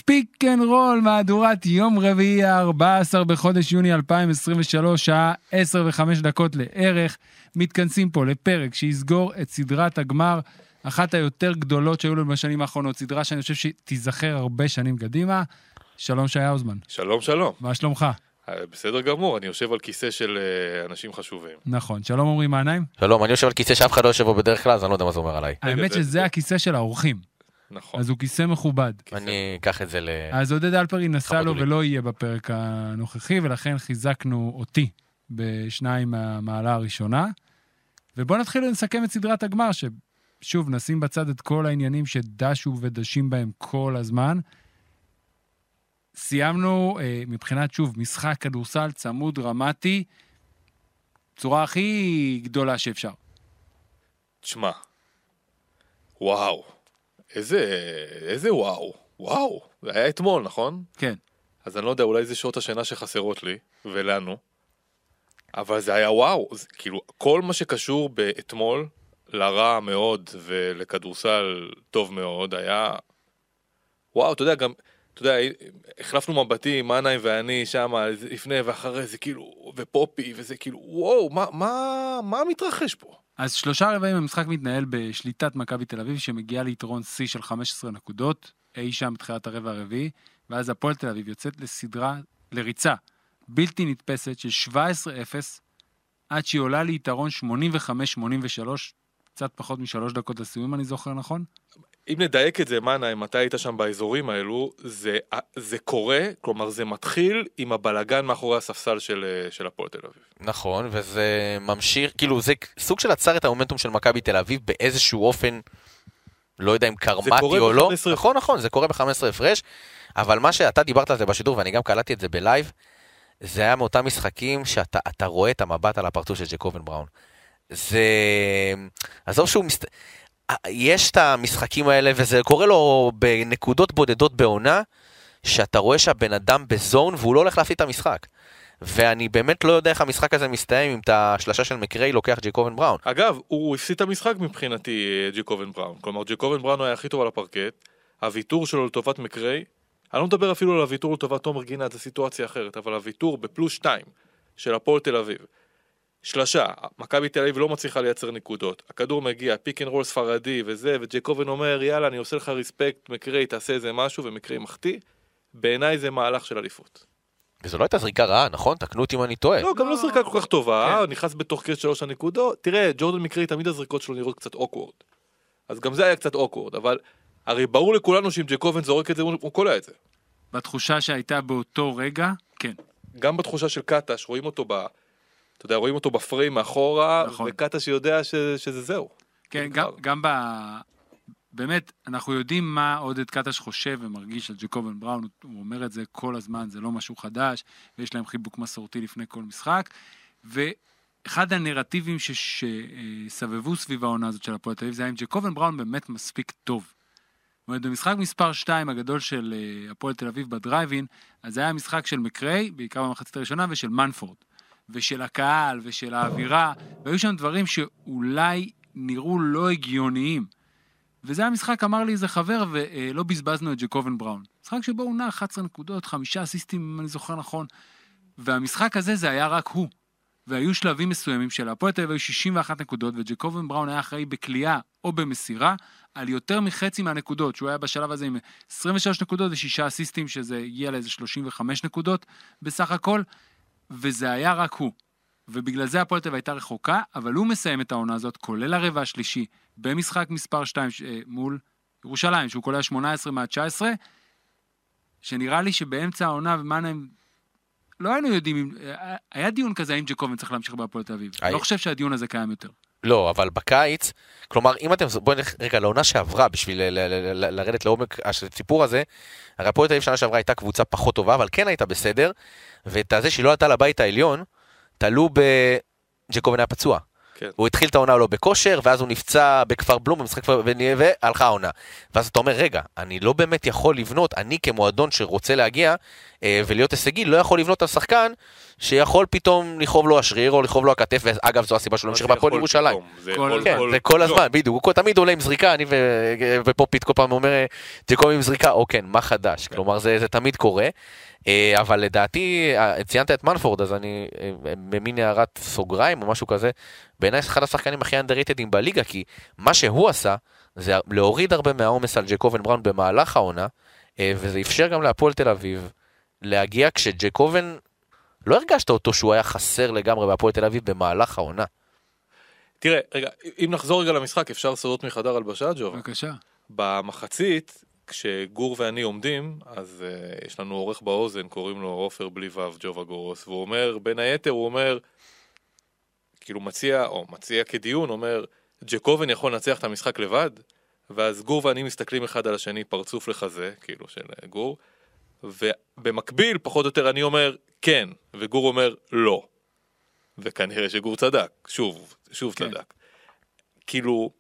פיק אנד רול, מהדורת יום רביעי, 14 בחודש יוני 2023, שעה 10:05 לערך, מתכנסים פה לפרק שיסגור את סדרת הגמר, אחת היותר גדולות שהיו לנו בשנים האחרונות, סדרה שאני חושב שתיזכר הרבה שנים קדימה. שלום שי האוזמן. שלום, שלום. מה שלומך? בסדר גמור, אני יושב על כיסא של אנשים חשובים. נכון, שלום עמרי מעניים. שלום, אני יושב על כיסא שאף אחד לא יושב בו בדרך כלל, אז אני לא יודע מה זה אומר עליי. האמת שזה הכיסא של האורחים. נכון. אז הוא כיסא מכובד. אני אקח את זה אז עודד אלפרי נסע לו ולא יהיה בפרק הנוכחי, ולכן חיזקנו אותי בשניים מהמעלה הראשונה. ובואו נתחיל לנסכם את סדרת הגמר, ששוב נשים בצד את כל העניינים שדשו ודשים בהם כל הזמן. סיימנו מבחינת שוב משחק כדורסל צמוד דרמטי, צורה הכי גדולה שאפשר. תשמע, וואו. איזה וואו, וואו, זה היה אתמול, נכון? כן. אז אני לא יודע, אולי זה שעות השינה שחסרות לי, ולנו, אבל זה היה וואו, זה, כאילו, כל מה שקשור באתמול, לרע מאוד, ולכדורסל טוב מאוד, היה, וואו, אתה יודע, גם, אתה יודע, החלפנו מבטים, מעניים ואני שם, לפני ואחרי, זה כאילו, ופופי, וזה כאילו, וואו, מה מתרחש פה? אז 3 רבעים המשחק מתנהל בשליטת מכבי תל אביב, שמגיעה ליתרון C של 15 נקודות, אי שם בתחילת הרבע הרביעי, ואז הפועל תל אביב יוצאת לריצה בלתי נתפסת של 17-0, עד שהיא עולה ליתרון 85-83, קצת פחות מ3 דקות לסיום, אני זוכר נכון? אם נדייק את זה, מנה, אם אתה היית שם באזורים האלו, זה קורה, כלומר זה מתחיל עם הבלגן מאחורי הספסל של הפועל תל אביב. נכון, וזה ממשיך, כאילו זה סוג של עצר את המומנטום של מכבי תל אביב באיזשהו אופן, לא יודע אם קרמטי או לא. נכון, נכון, זה קורה ב-15 הפרש, אבל מה שאתה דיברת על זה בשידור, ואני גם קלטתי את זה בלייב, זה היה מאותם משחקים שאתה רואה את המבט על הפרצוף של ג'קובן בראון. זה, עזוב שהוא יש את המשחקים האלה, וזה קורה לו בנקודות בודדות בעונה, שאתה רואה שהבן אדם בזון, והוא לא הולך להפסיד את המשחק. ואני באמת לא יודע איך המשחק הזה מסתיים, אם את השלשה של מקריי לוקח ג'קובן בראון. אגב, הוא הפסיד את המשחק מבחינתי, ג'קובן בראון. כלומר, ג'קובן בראון היה הכי טוב על הפרקט, הוויתור שלו לטובת מקריי, אני לא מדבר אפילו על הוויתור לטובת תומר גינת, זו סיטואציה אחרת, אבל הוויתור בפלוס 2 של הפועל תל אביב. שלשה, מכבי תל אביב לא מצליחה לייצר נקודות, הכדור מגיע, פיק אנד רול ספרדי וזה, וג'קובן אומר, יאללה, אני עושה לך ריספקט, מקריי, תעשה איזה משהו, ומקריי מחטיא, בעיניי זה מהלך של אליפות. וזו לא הייתה זריקה רעה, נכון? תקנו אותי אם אני טועה. לא, גם לא זריקה כל כך טובה, נכנס בתוך קרש 3 הנקודות, תראה, ג'ורדן מקריי תמיד הזריקות שלו נראות קצת אוקוורד, אז גם זה היה קצת אוקוורד, אבל הרי ברור לכולנו שאם ג'קובן זורק את זה, הוא קולע את זה. בתחושה שהייתה באותו רגע, כן. גם בתחושה של קטש, רואים אותו אתה יודע, רואים אותו בפריים מאחורה, נכון. וקטש יודע שזה זהו. כן, גם באמת, אנחנו יודעים מה עודד קטש חושב ומרגיש על ג'קובן בראון, הוא אומר את זה כל הזמן, זה לא משהו חדש, ויש להם חיבוק מסורתי לפני כל משחק, ואחד הנרטיבים שסבבו סביב העונה הזאת של הפועל תל אביב, זה היה עם ג'קובן בראון באמת מספיק טוב. זאת אומרת, במשחק מספר 2 הגדול של הפועל תל אביב בדרייבין, אז זה היה משחק של מקריי, בעיקר במחצית הראשונה, ושל מנפורד. ושל הקהל, ושל האווירה, והיו שם דברים שאולי נראו לא הגיוניים. וזה המשחק, אמר לי איזה חבר, ולא בזבזנו את ג'קובן בראון. משחק שבו הוא נע 11 נקודות, 5 אסיסטים, אם אני זוכר נכון. והמשחק הזה זה היה רק הוא. והיו שלבים מסוימים של הפועל תל אביב, היו 61 נקודות, וג'קובן בראון היה אחראי בקליעה או במסירה, על יותר מחצי מהנקודות, שהוא היה בשלב הזה עם 23 נקודות ו6 אסיסטים, שזה הגיע לאיזה 35 נקודות בסך הכל, וזה היה רק הוא. ובגלל זה הפועל תל אביב הייתה רחוקה, אבל הוא מסיים את העונה הזאת, כולל הרבע השלישי, במשחק מספר 2 מול ירושלים, שהוא כולל 18 מה-19, שנראה לי שבאמצע העונה, לא היינו יודעים, היה דיון כזה, האם ג'קובן צריך להמשיך בהפועל תל אביב. לא חושב שהדיון הזה קיים יותר. לא, אבל בקיץ, כלומר, אם אתם, בואו נלך רגע לעונה שעברה, בשביל לרדת לעומק הסיפור הזה, הרי הפועל תל אביב שנה שעברה הייתה קבוצה פחות טובה, אבל כן הייתה בסדר, ואת זה שהיא לא עלתה לבית העליון, תלו בג'קובן היה פצוע. הוא התחיל את העונה לא בכושר, ואז הוא נפצע בכפר בלום, במשחק והלכה העונה. ואז אתה אומר, רגע, אני לא באמת יכול לבנות, אני כמועדון שרוצה להגיע ולהיות הישגי, לא יכול לבנות על שחקן שיכול פתאום לכאוב לו השריר או לכאוב לו הכתף, ואגב, זו הסיבה שלו ממשיך בהפועל ירושלים. זה כל הזמן, בדיוק, הוא תמיד עולה עם זריקה, אני ופופית כל פעם אומר, ג'קובי עם זריקה, או כן, מה חדש? כלומר, זה תמיד קורה. אבל לדעתי, ציינת את מנפורד, אז אני במין הערת סוגריים או משהו כזה, בעיניי אחד השחקנים הכי underrated בליגה, כי מה שהוא עשה, זה להוריד הרבה מהעומס על ג'קובן בראון במהלך העונה, וזה אפשר גם להפועל תל אביב, להגיע כשג'קובן, לא הרגשת אותו שהוא היה חסר לגמרי בהפועל תל אביב במהלך העונה. תראה, רגע, אם נחזור רגע למשחק, אפשר סודות מחדר הלבשה, ג'ובה? בבקשה. במחצית, כשגור ואני עומדים, אז יש לנו עורך באוזן, קוראים לו עופר בלי וו, ג'ובה גורוס, והוא אומר, בין היתר הוא אומר, כאילו מציע כדיון, אומר, ג'קובן יכול לנצח את המשחק לבד, ואז גור ואני מסתכלים אחד על השני, פרצוף לחזה, כאילו של גור, ובמקביל, פחות או יותר, אני אומר, כן, וגור אומר, לא. וכנראה שגור צדק, שוב כן. צדק. כאילו,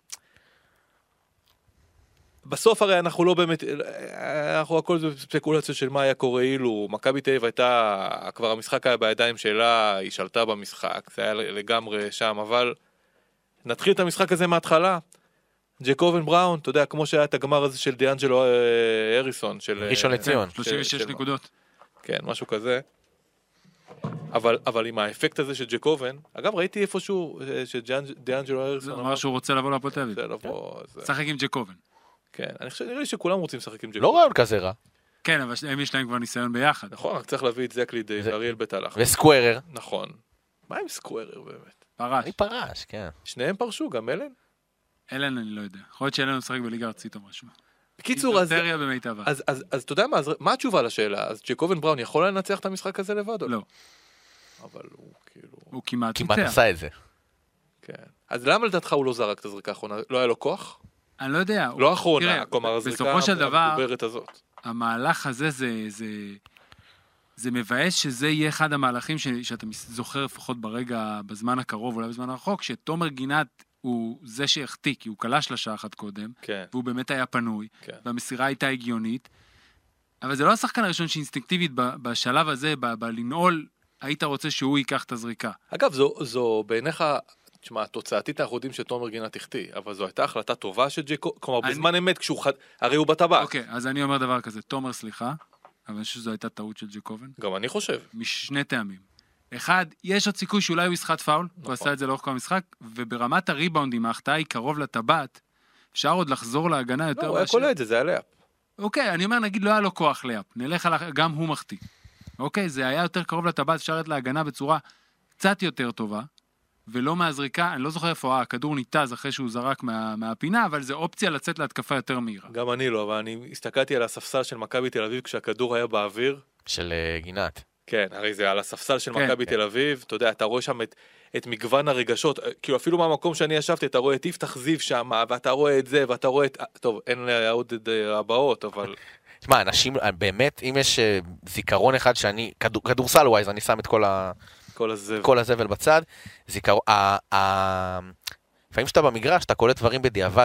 בסוף הרי אנחנו לא באמת, אנחנו הכל זה ספקולציה של מה היה קורה אילו, מכבי תל אביב הייתה, כבר המשחק היה בידיים שלה, היא שלטה במשחק, זה היה לגמרי שם, אבל נתחיל את המשחק הזה מההתחלה, ג'קובן בראון, אתה יודע, כמו שהיה את הגמר הזה של דיאנג'לו אריסון, של ראשון לציון, 36 נקודות. כן, משהו כזה. אבל עם האפקט הזה של ג'קובן, אגב ראיתי איפשהו שדיאנג'לו אריסון זה אמר שהוא רוצה לבוא להפועל תל אביב. שחק עם ג'קובן. כן, נראה לי שכולם רוצים לשחק עם ג'קובן. לא רעיון כזה רע. כן, אבל הם יש להם כבר ניסיון ביחד. נכון, רק צריך להביא את זקלי די ואריאל בית הלך. וסקוורר. נכון. מה עם סקוורר באמת? פרש. אני פרש, כן. שניהם פרשו, גם אלן? אלן אני לא יודע. יכול להיות שאלן משחק בליגה ארצית או משהו. בקיצור, אז אתה יודע מה התשובה לשאלה? אז ג'קובן בראון יכול לנצח את המשחק הזה לבד? לא. אבל הוא כאילו... הוא כמעט עשה את זה. כן. אז למה לדעתך הוא לא זרק את הזריקה האחרונה? לא היה לו כוח? אני לא יודע. לא האחרונה, כלומר הזריקה המדוברת הזאת. המהלך הזה זה מבאס שזה יהיה אחד המהלכים שאתה זוכר לפחות בזמן הקרוב, אולי בזמן הרחוק, שתומר גינת הוא זה שהחטיא, כי הוא קלע שלושה אחת קודם, כן. והוא באמת היה פנוי, כן. והמסירה הייתה הגיונית, אבל זה לא השחקן הראשון שאינסטינקטיבית בשלב הזה, בלנעול, היית רוצה שהוא ייקח את הזריקה. אגב, זו בעיניך, תשמע, תוצאתית אנחנו יודעים שתומר גינת החטיא, אבל זו הייתה החלטה טובה של ג'קו, כלומר, בזמן אמת, הרי הוא בטבעת. אוקיי, אז אני אומר דבר כזה, תומר סליחה, אבל אני חושב שזו הייתה טעות של ג'קובן. גם אני חושב. משני טעמים. אחד, יש עוד סיכוי שאולי הוא יסחט פאול, הוא עשה את זה לאורך כל המשחק, וברמת הריבאונדים, ההחטאה היא קרוב לטבעת, אפשר עוד לחזור להגנה יותר... לא, הוא היה קולה את זה, זה היה לאפ. אוקיי, אני אומר, נגיד, לא היה לו כוח לאפ, נלך על... גם הוא מחטיא. אוקיי, זה היה יותר קרוב לטבעת, אפשר ללכת להגנה בצורה קצת יותר טובה, ולא מהזריקה, אני לא זוכר איפה, הכדור ניתז אחרי שהוא זרק מהפינה, אבל זה אופציה לצאת להתקפה יותר מהירה. גם אני לא, אבל אני הסתכלתי על הספסל של מכבי תל אביב כשהכדור היה באוויר. של גינת. כן, הרי זה על הספסל של מכבי תל אביב, אתה יודע, אתה רואה שם את מגוון הרגשות, כאילו אפילו מהמקום שאני ישבתי, אתה רואה את יפתח זיו שם, ואתה רואה את זה, ואתה רואה את... טוב, אין לה עוד הבאות, אבל... תשמע, אנשים, באמת, אם יש זיכרון אחד שאני, כדורסל ווייז, אני שם את כל הזבל בצד, זיכרון, לפעמים שאתה במגרש, אתה קולט דברים בדיעבד,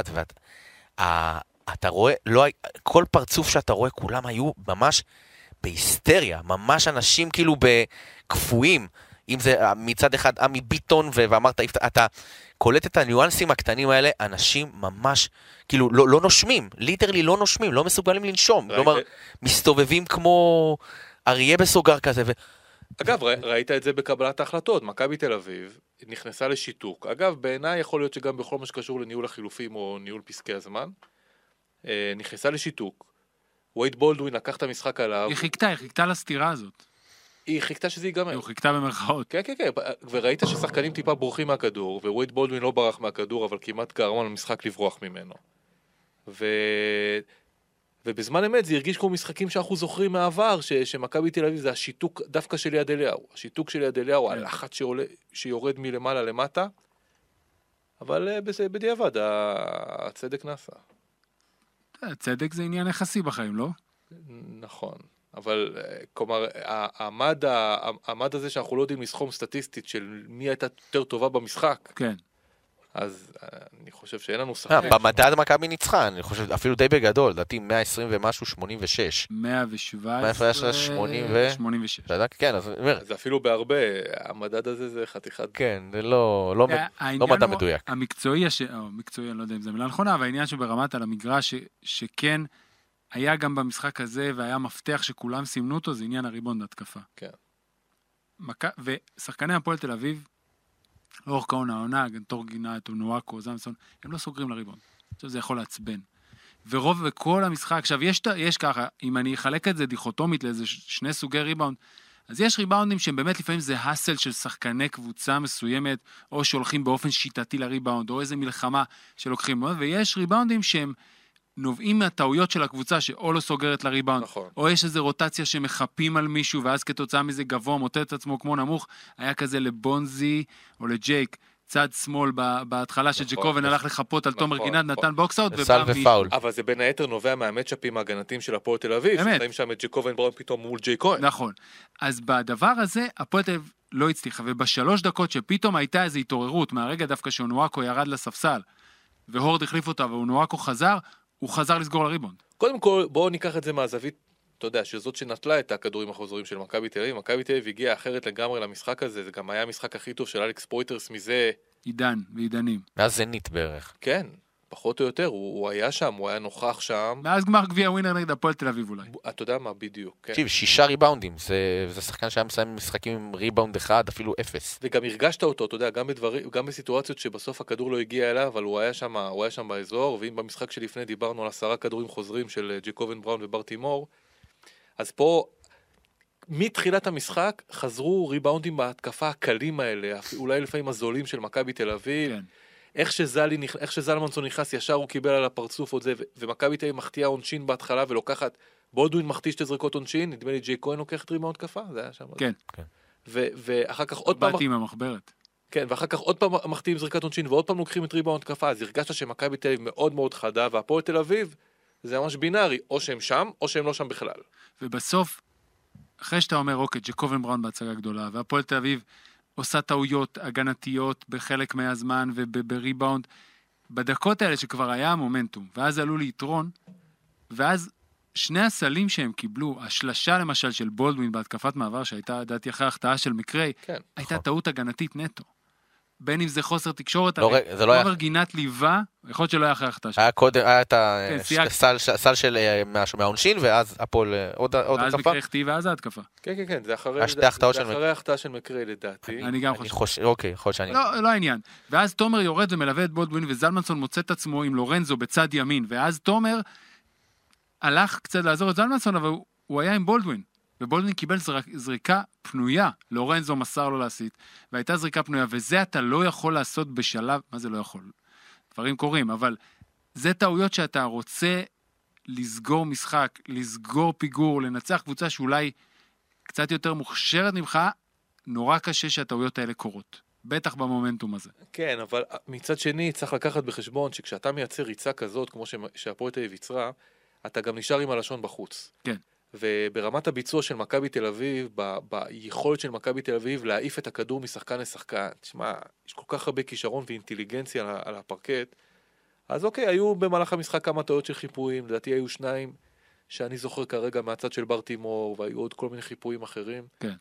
ואתה רואה, כל פרצוף שאתה רואה, כולם היו ממש בהיסטריה, ממש אנשים כאילו בקפואים, אם זה מצד אחד עמי ביטון, ואמרת, אתה קולט את הניואנסים הקטנים האלה, אנשים ממש, כאילו, לא נושמים, ליטרלי לא נושמים, לא מסוגלים לנשום, כלומר, מסתובבים כמו אריה בסוגר כזה, אגב, ראית את זה בקבלת ההחלטות, מכבי תל אביב נכנסה לשיתוק, אגב, בעיניי יכול להיות שגם בכל מה שקשור לניהול החילופים או ניהול פסקי הזמן, נכנסה לשיתוק, וייד בולדווין לקח את המשחק עליו. היא חיכתה לסתירה הזאת. היא חיכתה שזה ייגמר. היא חיכתה במרכאות. כן, כן, כן, וראית ששחקנים טיפה בורחים מהכדור, ווייד בולדווין לא ברח מהכדור, אבל כמעט גרם למשחק לברוח ממנו. ובזמן אמת זה הרגיש כמו משחקים שאנחנו זוכרים מהעבר, שמכבי תל אביב זה השיתוק דווקא של יד אליהו. השיתוק של יד אליהו, הלחץ שיורד מלמעלה למטה, אבל בדיעבד הצדק נעשה. הצדק זה עניין יחסי בחיים, לא? נכון. אבל, כלומר, המד הזה שאנחנו לא יודעים לסכום סטטיסטית של מי הייתה יותר טובה במשחק. כן. אז אני חושב שאין לנו ספק. במדד מכבי ניצחה, אני חושב, אפילו די בגדול, לדעתי 120 ומשהו, 86. 117, 86. כן, אז אני אומר. זה אפילו בהרבה, המדד הזה זה חתיכת... כן, זה לא מדע מדויק. המקצועי, אני לא יודע אם זה מילה נכונה, אבל העניין שברמת על המגרש, שכן היה גם במשחק הזה, והיה מפתח שכולם סימנו אותו, זה עניין הריבונד התקפה. כן. ושחקני הפועל תל אביב, לאורך העונה, גנטור גינה, נואקו, זמסון, הם לא סוגרים לריבאונד. עכשיו זה יכול לעצבן. וכל המשחק, עכשיו יש ככה, אם אני אחלק את זה דיכוטומית לאיזה שני סוגי ריבאונד, אז יש ריבאונדים שהם באמת לפעמים זה הסל של שחקני קבוצה מסוימת, או שהולכים באופן שיטתי לריבאונד, או איזה מלחמה שלוקחים, ויש ריבאונדים שהם נובעים מהטעויות של הקבוצה שאו לא סוגרת לריבאונד, נכון. או יש איזו רוטציה שמחפים על מישהו, ואז כתוצאה מזה גבוה מוטט את עצמו כמו נמוך, היה כזה לבונזי או לג'ייק, צד שמאל בהתחלה שג'קובן הלך לחפות על תומר גינת, נתן בוקסאוט וסל ופאול. אבל זה בין היתר נובע מהמצ'אפים ההגנתיים של הפועל תל אביב, שחיים שם את ג'קובן בראון פתאום מול ג'יי כהן. נכון. אז בדבר הזה הפועל תל אביב לא הצליחה, ובשלוש דקות שפתאום הייתה איזו התעוררות, מהרגע דווקא שאונואקו ירד לספסל, והורד החליף אותה ואונואקו חזר, הוא חזר לסגור לריבונד. קודם כל, בואו ניקח את זה מהזווית, אתה יודע, שזאת שנטלה את הכדורים החוזרים של מכבי תל אביב. מכבי תל אביב הגיעה אחרת לגמרי למשחק הזה, זה גם היה המשחק הכי טוב של אלכס פויטרס מזה... עידן ועידנים. מאז זנית בערך. כן, פחות או יותר, הוא היה שם, הוא היה נוכח שם. מאז גמר גביע ווינר נגד הפועל תל אביב אולי. אתה יודע מה, בדיוק. תקשיב, 6 ריבאונדים, זה שחקן שהיה מסיים משחקים עם ריבאונד אחד, אפילו 0. וגם הרגשת אותו, אתה יודע, גם בסיטואציות שבסוף הכדור לא הגיע אליו, אבל הוא היה שם באזור, ואם במשחק שלפני דיברנו על 10 כדורים חוזרים של ג'קובן בראון וברטימור, אז פה, מתחילת המשחק, חזרו ריבאונדים בהתקפה הקלים האלה, אולי לפעמים הזולים של מכבי תל אביב. כן. איך שזלמנסון נכנס ישר הוא קיבל על הפרצוף עוד זה, ומכבי תל אביב מחטיאה עונשין בהתחלה ולוקחת, בולדווין מחטיא 2 זריקות עונשין, נדמה לי ג'יי כהן לוקח את ריבאונד התקפה, זה היה שם. כן. ואחר כך עוד פעם... באתי עם המחברת. כן, ואחר כך עוד פעם מחטיאים זריקת עונשין, ועוד פעם לוקחים את ריבאונד התקפה, אז הרגשת שמכבי תל אביב מאוד מאוד חדה, והפועל תל אביב זה ממש בינארי, או שהם שם, או שהם לא שם בכלל. ובסוף, אחרי שאתה אומר, אוקיי, ג'קובן בראון בהצגה גדולה, והפועל תל אביב עושה טעויות הגנתיות בחלק מהזמן ובריבאונד, בדקות האלה שכבר היה המומנטום, ואז עלו ליתרון, ואז שני הסלים שהם קיבלו, השלשה למשל של בולדווין בהתקפת מעבר, שהייתה דעתי אחרי ההחטאה של מקרי, כן, הייתה טעות הגנתית נטו. בין אם זה חוסר תקשורת, זה לא היה... תומר גינת ליווה, יכול להיות שלא היה אחרי ההחטאה. היה קודם, היה את הסל של מהעונשין, ואז הפועל עוד התקפה. ואז מקרי החטיא, ואז ההתקפה. כן, זה אחרי ההחטאה של מקרי לדעתי. אני גם חושב. אוקיי, יכול להיות שאני... לא העניין. ואז תומר יורד ומלווה את בולדווין, וזלמנסון מוצא את עצמו עם לורנזו בצד ימין, ואז תומר הלך קצת לעזור את זלמנסון, אבל הוא היה עם בולדווין. ובולדווין קיבל זריקה פנויה, לורנזו מסר לו להסיט, והייתה זריקה פנויה, וזה אתה לא יכול לעשות בשלב, מה זה לא יכול? דברים קורים, אבל זה טעויות שאתה רוצה לסגור משחק, לסגור פיגור, לנצח קבוצה שאולי קצת יותר מוכשרת ממך, נורא קשה שהטעויות האלה קורות, בטח במומנטום הזה. כן, אבל מצד שני צריך לקחת בחשבון שכשאתה מייצר ריצה כזאת, כמו שהפועל תל אביב יצרה, אתה גם נשאר עם הלשון בחוץ. כן. וברמת הביצוע של מכבי תל אביב, ביכולת של מכבי תל אביב להעיף את הכדור משחקן לשחקן, תשמע, יש כל כך הרבה כישרון ואינטליגנציה על הפרקט, אז אוקיי, היו במהלך המשחק כמה טעויות של חיפויים, לדעתי היו 2 שאני זוכר כרגע מהצד של ברטימור, והיו עוד כל מיני חיפויים אחרים. כן.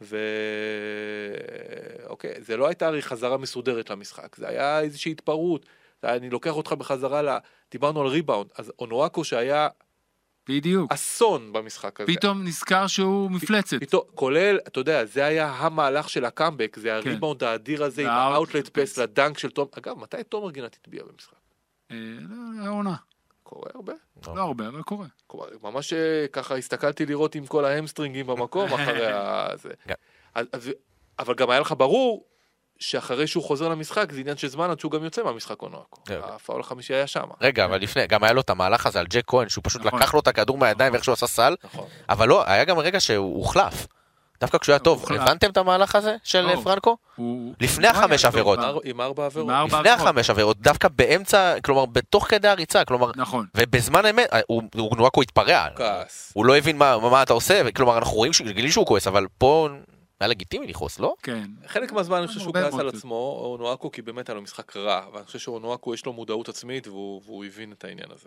אוקיי, זה לא הייתה הרי חזרה מסודרת למשחק, זה היה איזושהי התפרעות, אני לוקח אותך בחזרה, דיברנו על ריבאונד, אז אונואקו שהיה בדיוק. אסון במשחק הזה. פתאום נזכר שהוא מפלצת. פתאום, כולל, אתה יודע, זה היה המהלך של הקאמבק, זה הריבאונד האדיר הזה, עם האוטלט פס לדנק של תומר. אגב, מתי תומר גינת התביע במשחק? לא, העונה. קורה הרבה? לא הרבה, אבל קורה. ממש ככה הסתכלתי לראות עם כל ההמסטרינגים במקום אחרי זה. אבל גם היה לך ברור שאחרי שהוא חוזר למשחק, זה עניין של זמן עד שהוא גם יוצא מהמשחק אונואקו. הפאול החמישי היה שם. רגע, אבל לפני, גם היה לו את המהלך הזה על ג'ק כהן, שהוא פשוט לקח לו את הכדור מהידיים ואיך שהוא עשה סל, אבל לא, היה גם רגע שהוא הוחלף. דווקא כשהוא היה טוב, הבנתם את המהלך הזה של פרנקו? לפני 5 עבירות. עם 4 עבירות. לפני 5 עבירות, דווקא באמצע, כלומר, בתוך כדי הריצה, כלומר, ובזמן האמת, אונואקו התפרע. הוא לא הבין מה אתה עושה, כלומר, אנחנו רואים שהוא כועס, אבל פה היה לגיטימי לכעוס, לא? כן. חלק מהזמן אני חושב שהוא כעס על עצמו, אונואקו, כי באמת היה לו משחק רע, ואני חושב שאונואקו יש לו מודעות עצמית, והוא הבין את העניין הזה.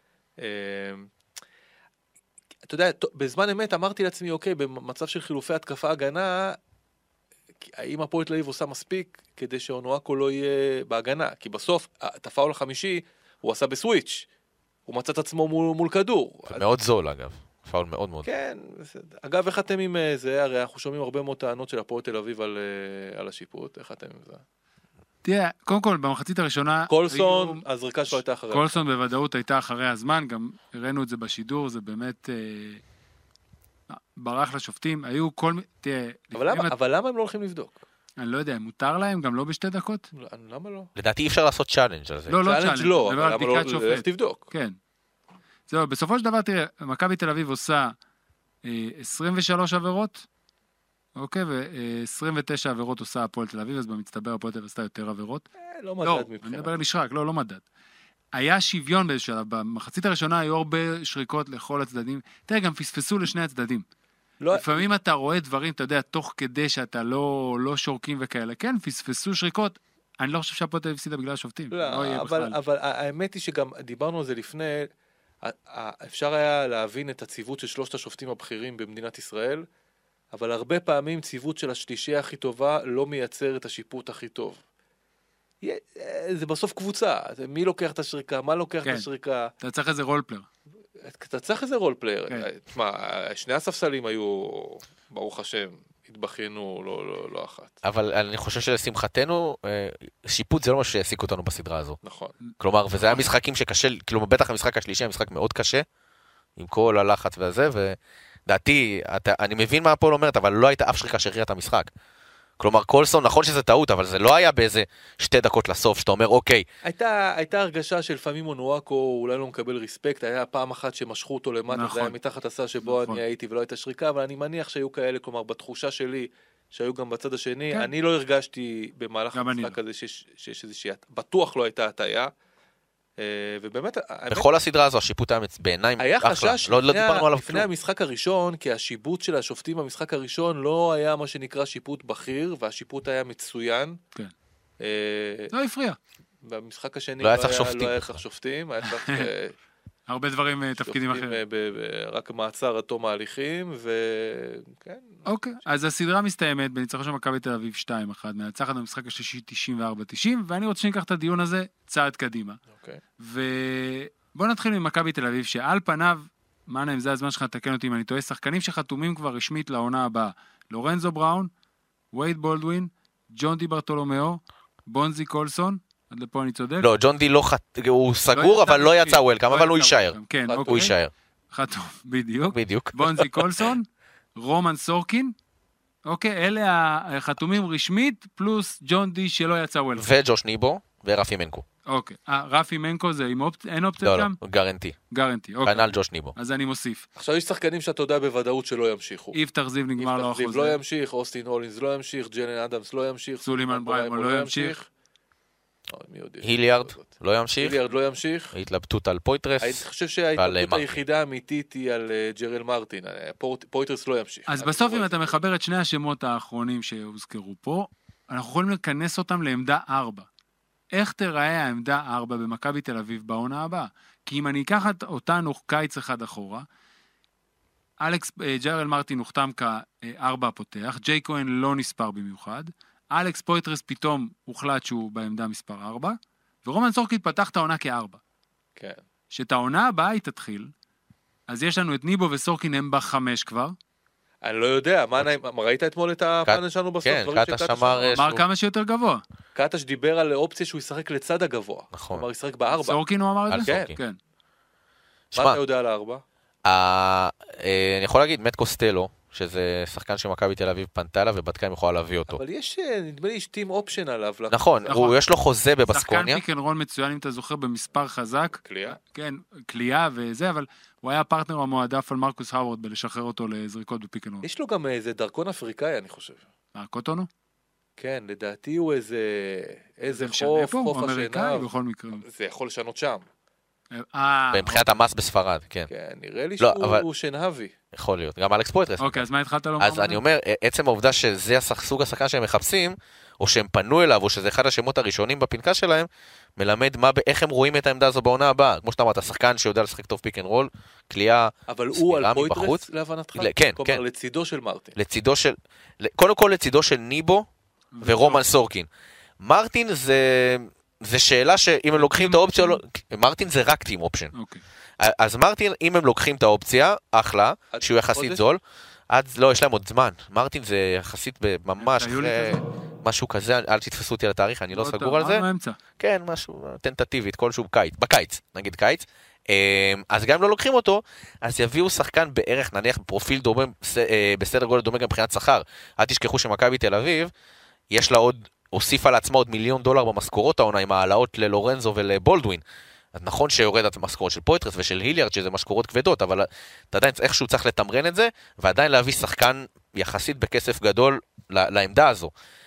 אתה יודע, בזמן אמת אמרתי לעצמי, אוקיי, במצב של חילופי התקפה הגנה, האם הפועל תל אביב עושה מספיק כדי שאונואקו לא יהיה בהגנה? כי בסוף, את הפאול החמישי הוא עשה בסוויץ', הוא מצא את עצמו מול כדור. מאוד זול אגב, פאול מאוד מאוד. כן, אגב, איך אתם עם זה? הרי אנחנו שומעים הרבה מאוד טענות של הפועל תל אביב על השיפוט, איך אתם עם זה? תראה, קודם כל, במחצית הראשונה... קולסון, הזריקה שלו הייתה אחרי. קולסון בוודאות הייתה אחרי הזמן, גם הראינו את זה בשידור, זה באמת... ברח לשופטים, היו כל... אבל למה הם לא הולכים לבדוק? אני לא יודע, מותר להם גם לא בשתי דקות? למה לא? לדעתי אי אפר לעשות צ'אלנג' על זה. לא צ'אלנג', לא, אבל למה לא תבדוק? כן. זהו, בסופו של דבר, תראה, מכבי תל אביב עושה 23 עבירות, אוקיי, ו-29 עבירות עושה הפועל תל אביב, אז במצטבר הפועל תל אביב עשתה יותר עבירות. לא מדד מבחינת. אני מדבר לשרק, לא מדד. היה שוויון באיזשהו שלב, במחצית הראשונה היו הרבה שריקות לכל הצדדים, תראה, גם פספסו לשני הצדדים. לפעמים אתה רואה דברים, אתה יודע, תוך כדי שאתה לא שורקים וכאלה, כן, פספסו שריקות, אני לא חושב שהפועל תל אביב הפסידה בגלל השופטים. לא, אבל האמת היא שגם דיברנו על זה לפני, אפשר היה להבין את הציוות של שלושת השופטים הבכירים במדינת ישראל, אבל הרבה פעמים ציוות של השלישייה הכי טובה לא מייצר את השיפוט הכי טוב. זה בסוף קבוצה, מי לוקח את השריקה, מה לוקח את השריקה. אתה צריך איזה רולפלייר. אתה צריך איזה רולפלייר. תשמע, שני הספסלים היו, ברוך השם, התבחיינו לא אחת. אבל אני חושב שלשמחתנו, שיפוט זה לא מה שיעסיק אותנו בסדרה הזו. נכון. כלומר, וזה היה משחקים שקשה, כלומר, בטח המשחק השלישי היה משחק מאוד קשה, עם כל הלחץ והזה, ודעתי, אני מבין מה הפועל אומרת, אבל לא הייתה אף שריקה שהכריעה את המשחק. כלומר, קולסון, נכון שזה טעות, אבל זה לא היה באיזה 2 דקות לסוף, שאתה אומר, אוקיי. הייתה הרגשה שלפעמים אונואקו אולי לא מקבל ריספקט, היה פעם אחת שמשכו אותו למטה, זה היה מתחת הסל שבו אני הייתי ולא הייתה שריקה, אבל אני מניח שהיו כאלה, כלומר, בתחושה שלי, שהיו גם בצד השני, אני לא הרגשתי במהלך המשחק הזה שיש איזושהי, בטוח לא הייתה הטעיה, ובאמת... בכל הסדרה הזו, השיפוט היה בעיניי היה חשש לפני המשחק הראשון, כי השיפוט של השופטים במשחק הראשון לא היה מה שנקרא שיפוט בכיר, והשיפוט היה מצוין. כן. לא הפריע. במשחק השני לא היה צריך שופטים, היה צריך... הרבה דברים, תפקידים אחרים. רק מעצר עד תום ההליכים, וכן. אוקיי, אז הסדרה מסתיימת בניצחון של מכבי תל אביב 2-1, מנצחת במשחק השלישי 94-90, ואני רוצה שניקח את הדיון הזה צעד קדימה. אוקיי. ובואו נתחיל ממכבי תל אביב, שעל פניו, מה זה הזמן שלך לתקן אותי אם אני טועה, שחקנים שחתומים כבר רשמית לעונה הבאה, לורנזו בראון, וייד בולדווין, ג'ון די ברטולומיאו, בונזי קולסון, עד לפה אני צודק? לא, ג'ון די הוא סגור, אבל לא יצא וולקאם, אבל הוא יישאר. כן, אוקיי. הוא יישאר. חתום, בדיוק. בדיוק. בונזי קולסון, רומן סורקין, אוקיי, אלה החתומים רשמית, פלוס ג'ון די שלא יצא וולקאם. וג'וש ניבו ורפי מנקו. אוקיי, רפי מנקו זה אין אופציה שם? לא, גרנטי. גרנטי, אוקיי. כנ"ל ג'וש ניבו. אז אני מוסיף. עכשיו יש שחקנים שאתה יודע בוודאות שלא ימשיכו. איבטר זיו נגמר לו החוזה. לא ימשיך, אוסטין הולינס לא ימשיך, ג'לן אדמס לא ימשיך, סולימן בריימו לא ימשיך. היליארד לא ימשיך. היליארד לא ימשיך. התלבטות על פויטרס. אני חושב שההתלבטות היחידה האמיתית היא על ג'רל מרטין. פויטרס לא ימשיך. אז בסוף אם אתה מחבר את שני השמות האחרונים שהוזכרו פה, אנחנו יכולים לכנס אותם לעמדה 4. איך תראה העמדה 4 במכבי תל אביב בעונה הבאה? כי אם אני אקח אותנו קיץ אחד אחורה, ג'רל מרטין הוחתם כ4 הפותח, ג'יי כהן לא נספר במיוחד, אלכס פויטרס פתאום הוחלט שהוא בעמדה מספר 4, ורומן סורקין פתח את העונה כ4. כן. שאת העונה הבאה היא תתחיל, אז יש לנו את ניבו וסורקין הם ב5 כבר. אני לא יודע, ראית אתמול את הפאנל שלנו בסוף? כן, קטש אמר כמה שיותר גבוה. קטש דיבר על אופציה שהוא ישחק לצד הגבוה. נכון. כלומר, ישחק ב4. סורקין הוא אמר את זה? כן. מה אתה יודע על 4? אני יכול להגיד, מת קוסטלו, שזה שחקן שמכבי תל אביב פנתה לה ובדקה אם יכולה להביא אותו. אבל יש, נדמה לי, יש טים אופשן עליו. נכון, יש לו חוזה בבסקוניה. שחקן פיק אנד רול מצוין, אם אתה זוכר, במספר חזק. קליעה. כן, קליעה וזה, אבל הוא היה פרטנר המועדף על מרקוס האוורד בלשחרר אותו לזריקות בפיק אנד רול. יש לו גם איזה דרכון אפריקאי, אני חושב. קוטונו? כן, לדעתי הוא איזה חוף אמריקאי בכל מקרה. זה יכול לשנות שם. מבחינת המס בספרד, כן. כן, נראה לי שהוא שנהבי. יכול להיות, גם אלכס פויטרס. אוקיי, אז מה התחלת לומר? אז אני אומר, עצם העובדה שזה סוג השחקן שהם מחפשים, או שהם פנו אליו, או שזה אחד השמות הראשונים בפנקה שלהם, מלמד איך הם רואים את העמדה הזו בעונה הבאה. כמו שאתה אמרת, השחקן שיודע לשחק טוב פיק אנד רול, קליעה אבל הוא על פויטרס להבנתך? כן, כן. כלומר, לצידו של מרטין. קודם כל לצידו של ניבו ורומן סורקין. מרטין זה שאלה שאם הם לוקחים את האופציה, מרטין זה רק טים אופשן. אז מרטין, אם הם לוקחים את האופציה, אחלה, שהוא יחסית זול, לא, יש להם עוד זמן. מרטין זה יחסית ממש משהו כזה, אל תתפסו אותי על התאריך, אני לא סגור על זה. כן, משהו טנטטיבית, כלשהו בקיץ, נגיד קיץ. אז גם אם לא לוקחים אותו, אז יביאו שחקן בערך, נניח, בפרופיל דומה, בסדר גודל דומה גם מבחינת שכר. אל תשכחו שמכבי תל אביב, יש לה עוד, הוסיפה לעצמה עוד $1,000,000 במשכורות העונה, עם העלאות ללורנזו ולבולדווין. אז נכון שיורד את המשכורות של פויטרס ושל היליארד, שזה משכורות כבדות, אבל אתה עדיין איכשהו צריך לתמרן את זה, ועדיין להביא שחקן יחסית בכסף גדול לעמדה הזו.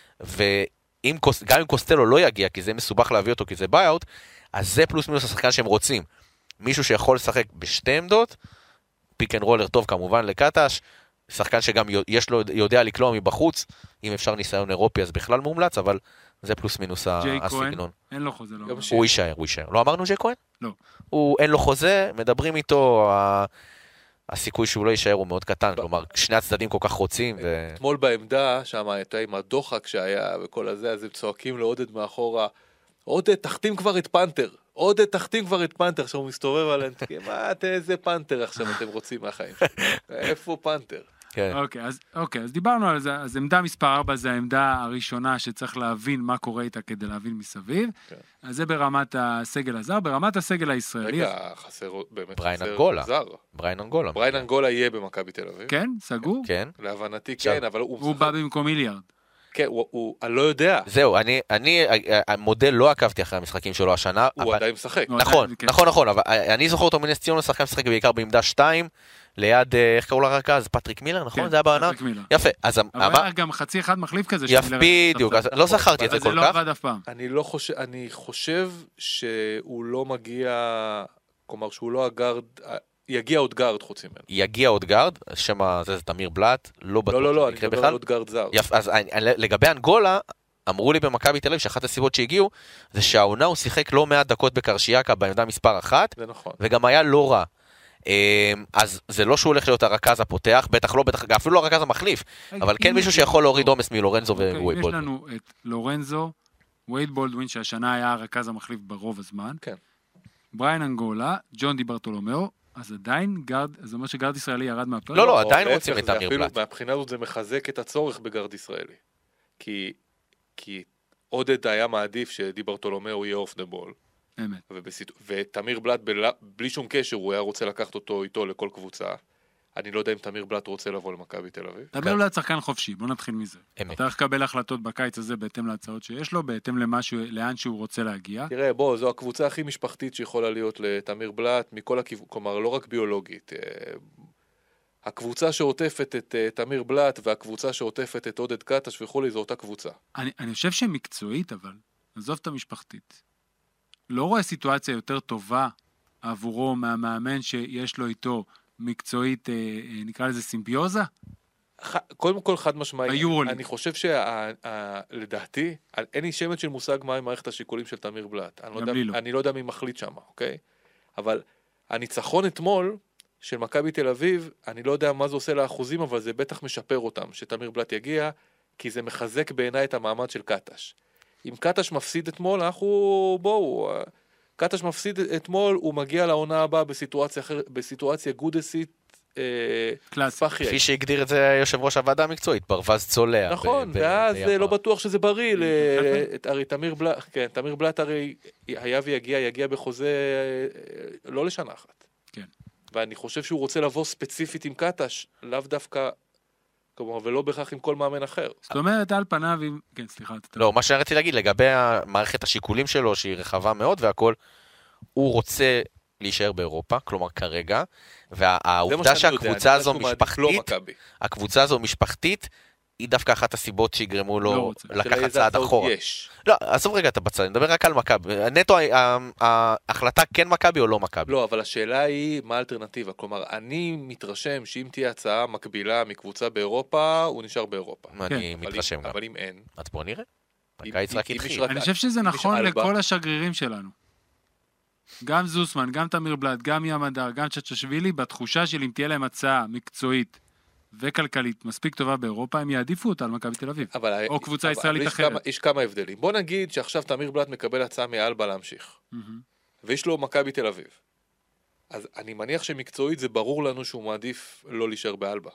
וגם אם קוסטלו לא יגיע, כי זה מסובך להביא אותו, כי זה ביי-אוט, אז זה פלוס מינוס השחקן שהם רוצים. מישהו שיכול לשחק בשתי עמדות, פיק אנד רולר טוב כמובן לקטש, שחקן שגם יש לו, יודע לקלוע מבחוץ, אם אפשר ניסיון אירופי אז בכלל מומלץ, אבל זה פלוס מינוס הסגנון. אין לו חוזה, לא. הוא יישאר. לא אמרנו ג'יי כהן? לא. אין לו חוזה, מדברים איתו, הסיכוי שהוא לא יישאר הוא מאוד קטן, כלומר, שני הצדדים כל כך רוצים. אתמול בעמדה, שם הייתה עם הדוחק שהיה וכל הזה, אז הם צועקים לעודד מאחורה, עודד, תחתים כבר את פנתר. עודד, תחתים כבר את פנתר, עכשיו הוא מסתובב עליהם, איזה פנתר עכשיו אתם רוצים מהחיים שלי? איפה פנתר? אוקיי, אז דיברנו על זה, אז עמדה מספר 4 זה העמדה הראשונה שצריך להבין מה קורה איתה כדי להבין מסביב, אז זה ברמת הסגל הזר, ברמת הסגל הישראלי. רגע, חסר באמת בריין אנגולה. בריין אנגולה יהיה במכבי תל אביב. כן, סגור? כן. להבנתי כן, אבל הוא בא במקום היליארד. כן, אני לא יודע. זהו, אני המודל לא עקבתי אחרי המשחקים שלו השנה. הוא עדיין משחק. נכון, אבל אני זוכר אותו מנס ציונה, שחקן משחק בעיקר בעמדה 2, ליד, איך קראו לרכז? פטריק מילר, נכון? זה היה בעונה? יפה. אבל גם חצי אחד מחליף כזה. בדיוק, לא זכרתי את זה כל כך. זה לא עבד אף פעם. אני חושב שהוא לא מגיע, כלומר שהוא לא הגארד, יגיע עוד גארד חוצים ממנו. יגיע עוד גארד, שמה זה תמיר בלט, לא בטוח. לא, אני מדבר על עוד גארד זר. אז לגבי אנגולה, אמרו לי במכבי תל אביב שאחת הסיבות שהגיעו, זה שהעונה הוא שיחק לא מעט דקות בקרשיאקה בעמדה מספר 1, וגם היה לא רע. אז זה לא שהוא הולך להיות הרכז הפותח, בטח לא, אפילו לא הרכז המחליף, אבל כן מישהו שיכול להוריד עומס מלורנזו ווייד בולדווין. יש לנו את לורנזו, ווייד בולדווין, שהשנה היה הרכז המחליף ברוב הזמן, בריין אנגולה, ג'ון די ברטולומיאו, אז עדיין גארד, זה אומר שגארד ישראלי ירד מהפרק? לא, עדיין רוצים את אמיר בלט. מהבחינה הזאת זה מחזק את הצורך בגארד ישראלי. כי עודד היה מעדיף שדי ברטולומיאו יהיה אוף דה בול. אמת. ותמיר בלט, בלי שום קשר, הוא היה רוצה לקחת אותו איתו לכל קבוצה. אני לא יודע אם תמיר בלט רוצה לבוא למכבי תל אביב. תמיר בלט שחקן חופשי, בוא נתחיל מזה. צריך לקבל החלטות בקיץ הזה בהתאם להצעות שיש לו, בהתאם לאן שהוא רוצה להגיע. תראה, זו הקבוצה הכי משפחתית שיכולה להיות לתמיר בלט, מכל הכיוון, כלומר, לא רק ביולוגית. הקבוצה שעוטפת את תמיר בלט, והקבוצה שעוטפת את עודד קטש וכולי, זו אותה קבוצה. אני חושב שמקצועית, אבל, עזוב את המשפחתית. לא רואה סיטואציה יותר טובה עבורו מהמאמן שיש לו איתו מקצועית, נקרא לזה סימביוזה? קודם כל חד משמעי, אני חושב שלדעתי, אין לי שמץ של מושג מה עם מערכת השיקולים של תמיר בלט. אני לא יודע מי מחליט שם, אוקיי? אבל הניצחון אתמול של מכבי תל אביב, אני לא יודע מה זה עושה לאחוזים, אבל זה בטח משפר אותם, שתמיר בלט יגיע, כי זה מחזק בעיניי את המעמד של קטש. אם קטש מפסיד אתמול, קטש מפסיד אתמול, הוא מגיע לעונה הבאה בסיטואציה גודסית פחיה. כפי שהגדיר את זה יושב ראש הוועדה המקצועית, ברווז צולע. נכון, ואז לא בטוח שזה בריא. הרי תמיר בלט הרי היה ויגיע בחוזה לא לשנה אחת. כן. ואני חושב שהוא רוצה לבוא ספציפית עם קטש, לאו דווקא, כלומר, ולא בכך עם כל מאמן אחר. זאת אומרת, על פניו, כן, סליחה. לא, מה שאני רציתי להגיד, לגבי מערכת השיקולים שלו, שהיא רחבה מאוד והכל, הוא רוצה להישאר באירופה, כלומר כרגע, והעובדה שהקבוצה הזו משפחתית, הקבוצה הזו משפחתית, היא דווקא אחת הסיבות שיגרמו לא לו רוצה. לקחת צעד אחורה. לא, עזוב רגע את הבצד, אני מדבר רק על מכבי. נטו, ההחלטה כן מכבי או לא מכבי. לא, אבל השאלה היא מה האלטרנטיבה. כלומר, אני מתרשם שאם תהיה הצעה מקבילה מקבוצה באירופה, הוא נשאר באירופה. אני מתרשם גם. אבל אם אין... אז בוא נראה. הקיץ רק התחיל. אני חושב שזה נכון לכל השגרירים שלנו. גם זוסמן, גם תמיר בלאט, גם ים הדר, גם צ'צ'שווילי, בתחושה של אם תהיה להם הצעה מקצועית וכלכלית מספיק טובה באירופה, הם יעדיפו אותה על מכבי תל אביב. או קבוצה ישראלית אחרת. יש כמה הבדלים. בוא נגיד שעכשיו תמיר בלאט מקבל הצעה מאלבה להמשיך. ויש לו מכבי תל אביב. אז אני מניח שמקצועית זה ברור לנו שהוא מעדיף לא להישאר באלבה.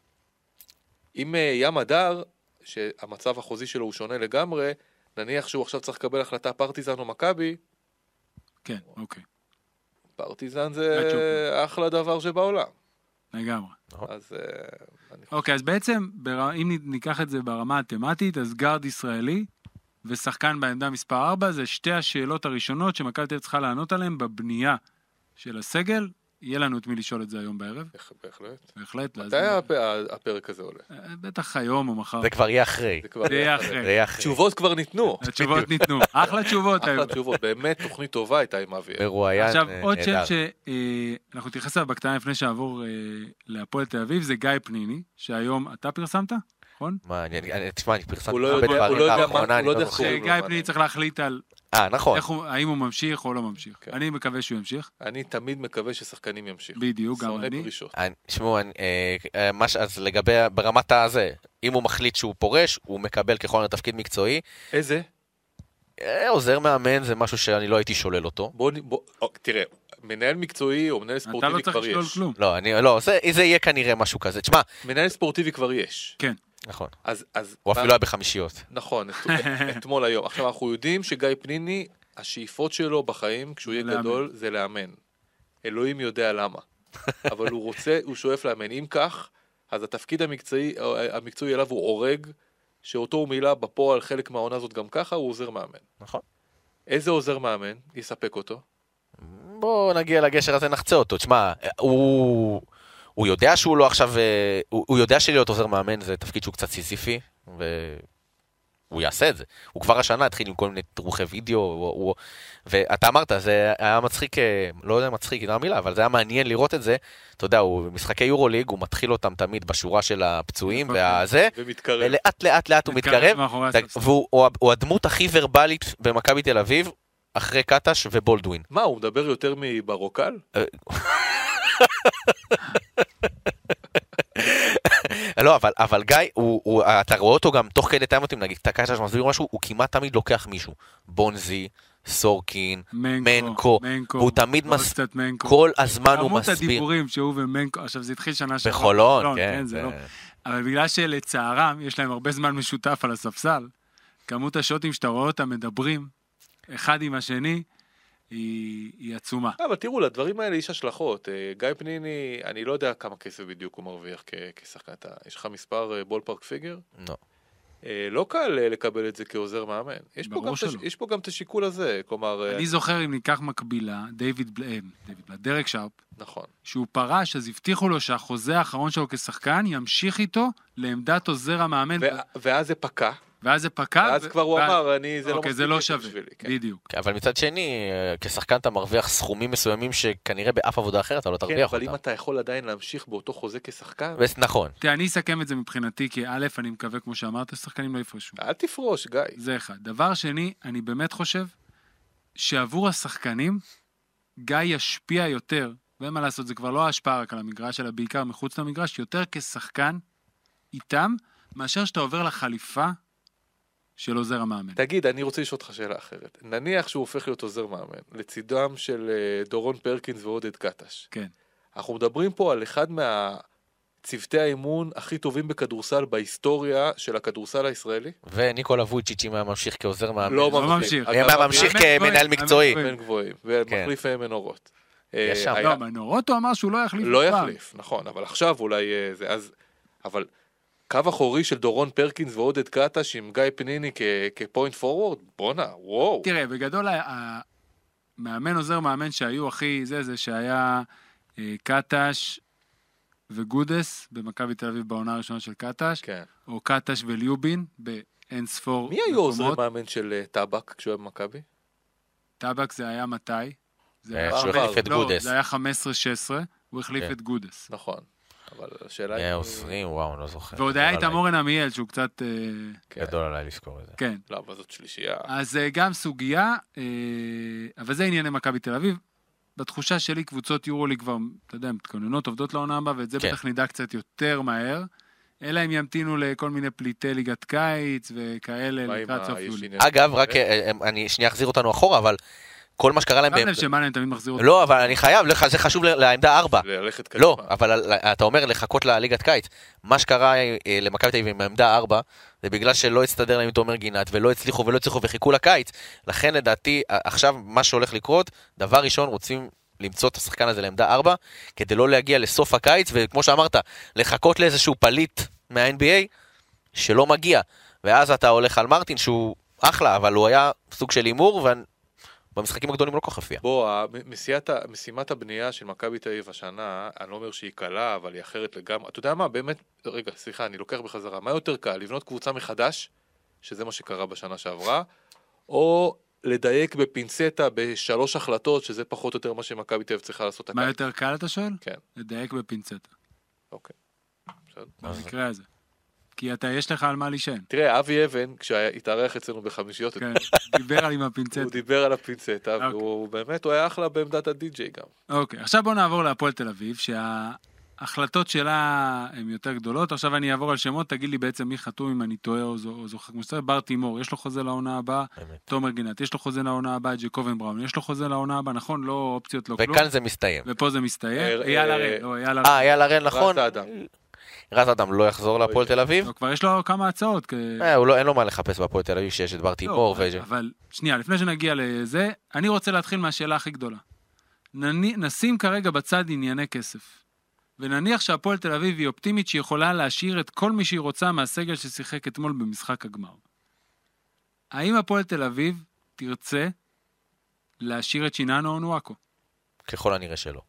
אם ים הדר, שהמצב החוזי שלו הוא שונה לגמרי, נניח שהוא עכשיו צריך לקבל החלטה פרטיזן או מכבי, כן, אוקיי. פרטיזן זה אחלה דבר שבעולם. לגמרי. אז... אוקיי, אז בעצם, אם ניקח את זה ברמה התמטית, אז גארד ישראלי ושחקן בעמדה מספר 4, זה שתי השאלות הראשונות שמכבי תל אביב צריכה לענות עליהן בבנייה של הסגל. יהיה לנו את מי לשאול את זה היום בערב. בהחלט. בהחלט. מתי הפרק הזה עולה? בטח היום או מחר. זה כבר יהיה אחרי. זה יהיה אחרי. תשובות כבר ניתנו. התשובות ניתנו. אחלה תשובות. אחלה תשובות. באמת תוכנית טובה הייתה עם אבי. מרואיין. עכשיו, עוד שם שאנחנו תייחס עליו בקטנה לפני שעבור להפועל תל אביב, זה גיא פניני, שהיום אתה פרסמת, נכון? מה, תשמע, אני פרסמתי. הוא לא יודע מה, הוא לא יודע איך קוראים לו. גיא פניני צריך להחליט על... נכון. האם הוא ממשיך או לא ממשיך. אני מקווה שהוא ימשיך. אני תמיד מקווה ששחקנים ימשיכו. בדיוק, גם אני. שמעו, אז לגבי ברמת הזה, אם הוא מחליט שהוא פורש, הוא מקבל ככל לתפקיד מקצועי. איזה? עוזר מאמן זה משהו שאני לא הייתי שולל אותו. תראה, מנהל מקצועי או מנהל ספורטיבי כבר יש. אתה לא צריך לשלול כלום. לא, זה יהיה כנראה משהו כזה. תשמע, מנהל ספורטיבי כבר יש. כן. נכון. אז הוא אפילו היה בחמישיות. נכון, אתמול היום. עכשיו אנחנו יודעים שגיא פניני, השאיפות שלו בחיים, כשהוא יהיה גדול, זה לאמן. אלוהים יודע למה. אבל הוא רוצה, הוא שואף לאמן. אם כך, אז התפקיד המקצועי אליו הוא אורג, שאותו הוא מילה בפועל חלק מהעונה הזאת גם ככה, הוא עוזר מאמן. נכון. איזה עוזר מאמן יספק אותו? בוא נגיע לגשר הזה, נחצה אותו. תשמע, הוא יודע שהוא לא עכשיו, הוא יודע שלהיות עוזר מאמן זה תפקיד שהוא קצת סיזיפי, והוא יעשה את זה. הוא כבר השנה התחיל עם כל מיני תרוחי וידאו, ואתה אמרת, זה היה מצחיק, לא יודע מצחיק, לא המילה, אבל זה היה מעניין לראות את זה. אתה יודע, הוא במשחקי יורוליג, הוא מתחיל אותם תמיד בשורה של הפצועים, והזה, ולאט הוא מתקרב, והוא הדמות הכי ורבלית במכבי תל אביב, אחרי קטש ובולדווין. מה, הוא מדבר יותר מברוקל? לא, אבל גיא, אתה רואה אותו גם תוך כדי טיימוטים, נגיד, אתה קטש מסביר משהו, הוא כמעט תמיד לוקח מישהו. בונזי, סורקין, מנקו, והוא תמיד כל הזמן הוא מסביר. כמות הדיבורים שהוא ומנקו, עכשיו זה התחיל שנה שעברה. בחולון, כן. אבל בגלל שלצערם יש להם הרבה זמן משותף על הספסל, כמות השוטים שאתה רואה אותם מדברים, אחד עם השני, היא עצומה. אבל תראו, לדברים האלה יש השלכות. גיא פניני, אני לא יודע כמה כסף בדיוק הוא מרוויח כשחקן. יש לך מספר בולפארק פיגר? לא. לא קל לקבל את זה כעוזר מאמן. יש פה גם את השיקול הזה, כלומר... אני זוכר אם ניקח מקבילה, דרק שרפ, נכון. שהוא פרש, אז הבטיחו לו שהחוזה האחרון שלו כשחקן ימשיך איתו לעמדת עוזר המאמן. ואז זה פקע. ואז זה פקע. ואז כבר הוא אמר, זה לא שווה, בדיוק. אבל מצד שני, כשחקן אתה מרוויח סכומים מסוימים שכנראה באף עבודה אחרת אתה לא תרוויח אותם. אבל אם אתה יכול עדיין להמשיך באותו חוזה כשחקן... נכון. תראה, אני אסכם את זה מבחינתי, כי א', אני מקווה, כמו שאמרת, שחקנים לא יפרשו. אל תפרוש, גיא. זה אחד. דבר שני, אני באמת חושב שעבור השחקנים, גיא ישפיע יותר, ואין מה לעשות, זה כבר לא ההשפעה רק על המגרש, אלא בעיקר מחוץ למגרש, יותר כשחקן איתם, מאשר שאתה עובר לחליפה של עוזר המאמן. תגיד, אני רוצה לשאול אותך שאלה אחרת. נניח שהוא הופך להיות עוזר מאמן, לצידם של דורון פרקינס ועודד קטש. כן. אנחנו מדברים פה על אחד מהצוותי האימון הכי טובים בכדורסל בהיסטוריה של הכדורסל הישראלי. וניקולה וויצ'יץ' אם היה ממשיך כעוזר מאמן. לא ממשיך. אם היה ממשיך כמנהל מקצועי. בין גבוהים, ומחליף מנורות. לא, מנורות הוא אמר שהוא לא יחליף. לא יחליף, נכון, אבל עכשיו אולי זה, אז, אבל... קו אחורי של דורון פרקינס ועודד קטש עם גיא פניני כפוינט פורוורד, בונה, וואו. תראה, בגדול, המאמן עוזר מאמן שהיו הכי, זה שהיה קטש, וגודס במכבי תל אביב בעונה הראשונה של קטש, כן. או קטש וליובין באינספור מקומות. מי היו עוזרי מאמן של טבק כשהוא היה במכבי? טבק זה היה מתי? שהוא החליף את גודס. זה היה 15-16, הוא החליף את גודס. נכון. אבל השאלה היא... עוזרים, וואו, אני לא זוכר. ועוד היה איתם אורן עמיאל, שהוא קצת... גדול עליי לזכור את זה. כן. לא, אבל זאת שלישייה. אז גם סוגיה, אבל זה ענייני מכבי תל אביב. בתחושה שלי, קבוצות יורולי כבר, אתה יודע, מתכוננות, עובדות לעונה הבאה, ואת זה בטח נדע קצת יותר מהר. אלא הם ימתינו לכל מיני פליטי ליגת קיץ וכאלה לקראת סוף יולי. אגב, רק אני שנייה אחזיר אותנו אחורה, אבל כל מה שקרה להם... גם לב שמאלן תמיד מחזיר אותנו. לא, אבל אני חייב, זה חשוב לעמדה 4. ללכת קדימה. לא, אבל אתה אומר לחכות לליגת קיץ. מה שקרה למכבי תל אביב עם העמדה 4, זה בגלל שלא הצטדר להם עם תומר גינת, ולא הצליחו וחיכו לקיץ. לכן לדעתי, עכשיו מה שהולך לקרות, דבר ראשון רוצים למצוא את השחקן הזה לעמדה 4, כדי לא להגיע לסוף הקיץ, וכמו שאמרת, לחכות לאיזשהו פליט מה-NBA, שלא מגיע. ואז אתה הולך על מרטין, שהוא אחלה, אבל הוא היה סוג של אימור, במשחקים הגדולים לא כל כך הופיע. בוא, משימת הבנייה של מכבי תל אביב השנה, אני לא אומר שהיא קלה, אבל היא אחרת לגמרי. אתה יודע מה, באמת, רגע, סליחה, אני לוקח בחזרה. מה יותר קל, לבנות קבוצה מחדש, שזה מה שקרה בשנה שעברה, או לדייק בפינצטה בשלוש החלטות, שזה פחות או יותר מה שמכבי תל אביב צריכה לעשות. מה יותר קל, אתה שואל? כן. לדייק בפינצטה. אוקיי. במקרה הזה. כי יש לך על מה להישען. תראה, אבי אבן, כשהתארח אצלנו בחמישיות, דיבר על עם הפינצטה. הוא דיבר על הפינצטה, והוא באמת, הוא היה אחלה בעמדת הדי-ג'יי גם. אוקיי, עכשיו בואו נעבור להפועל תל אביב, שההחלטות שלה הן יותר גדולות. עכשיו אני אעבור על שמות, תגיד לי בעצם מי חתום, אם אני טועה או זוכר כמו שצריך. בר תימור, יש לו חוזה לעונה הבאה. תומר גינת, יש לו חוזה לעונה הבאה. ג'קובן בראון, יש לו חוזה לעונה הבאה, נכון? לא אופציות, לא כלום. וכאן זה מסתיים. ופה זה מסתיים. אייל הראל, נכון. רז אדם לא יחזור להפועל תל אביב. כבר יש לו כמה הצעות. אין לו מה לחפש בהפועל תל אביב שיש את בר תימור. אבל שנייה, לפני שנגיע לזה, אני רוצה להתחיל מהשאלה הכי גדולה. נשים כרגע בצד ענייני כסף. ונניח שהפועל תל אביב היא אופטימית שיכולה להשאיר את כל מי שהיא רוצה מהסגל ששיחק אתמול במשחק הגמר. האם הפועל תל אביב תרצה להשאיר את שיננו או נואקו? ככל הנראה שלא.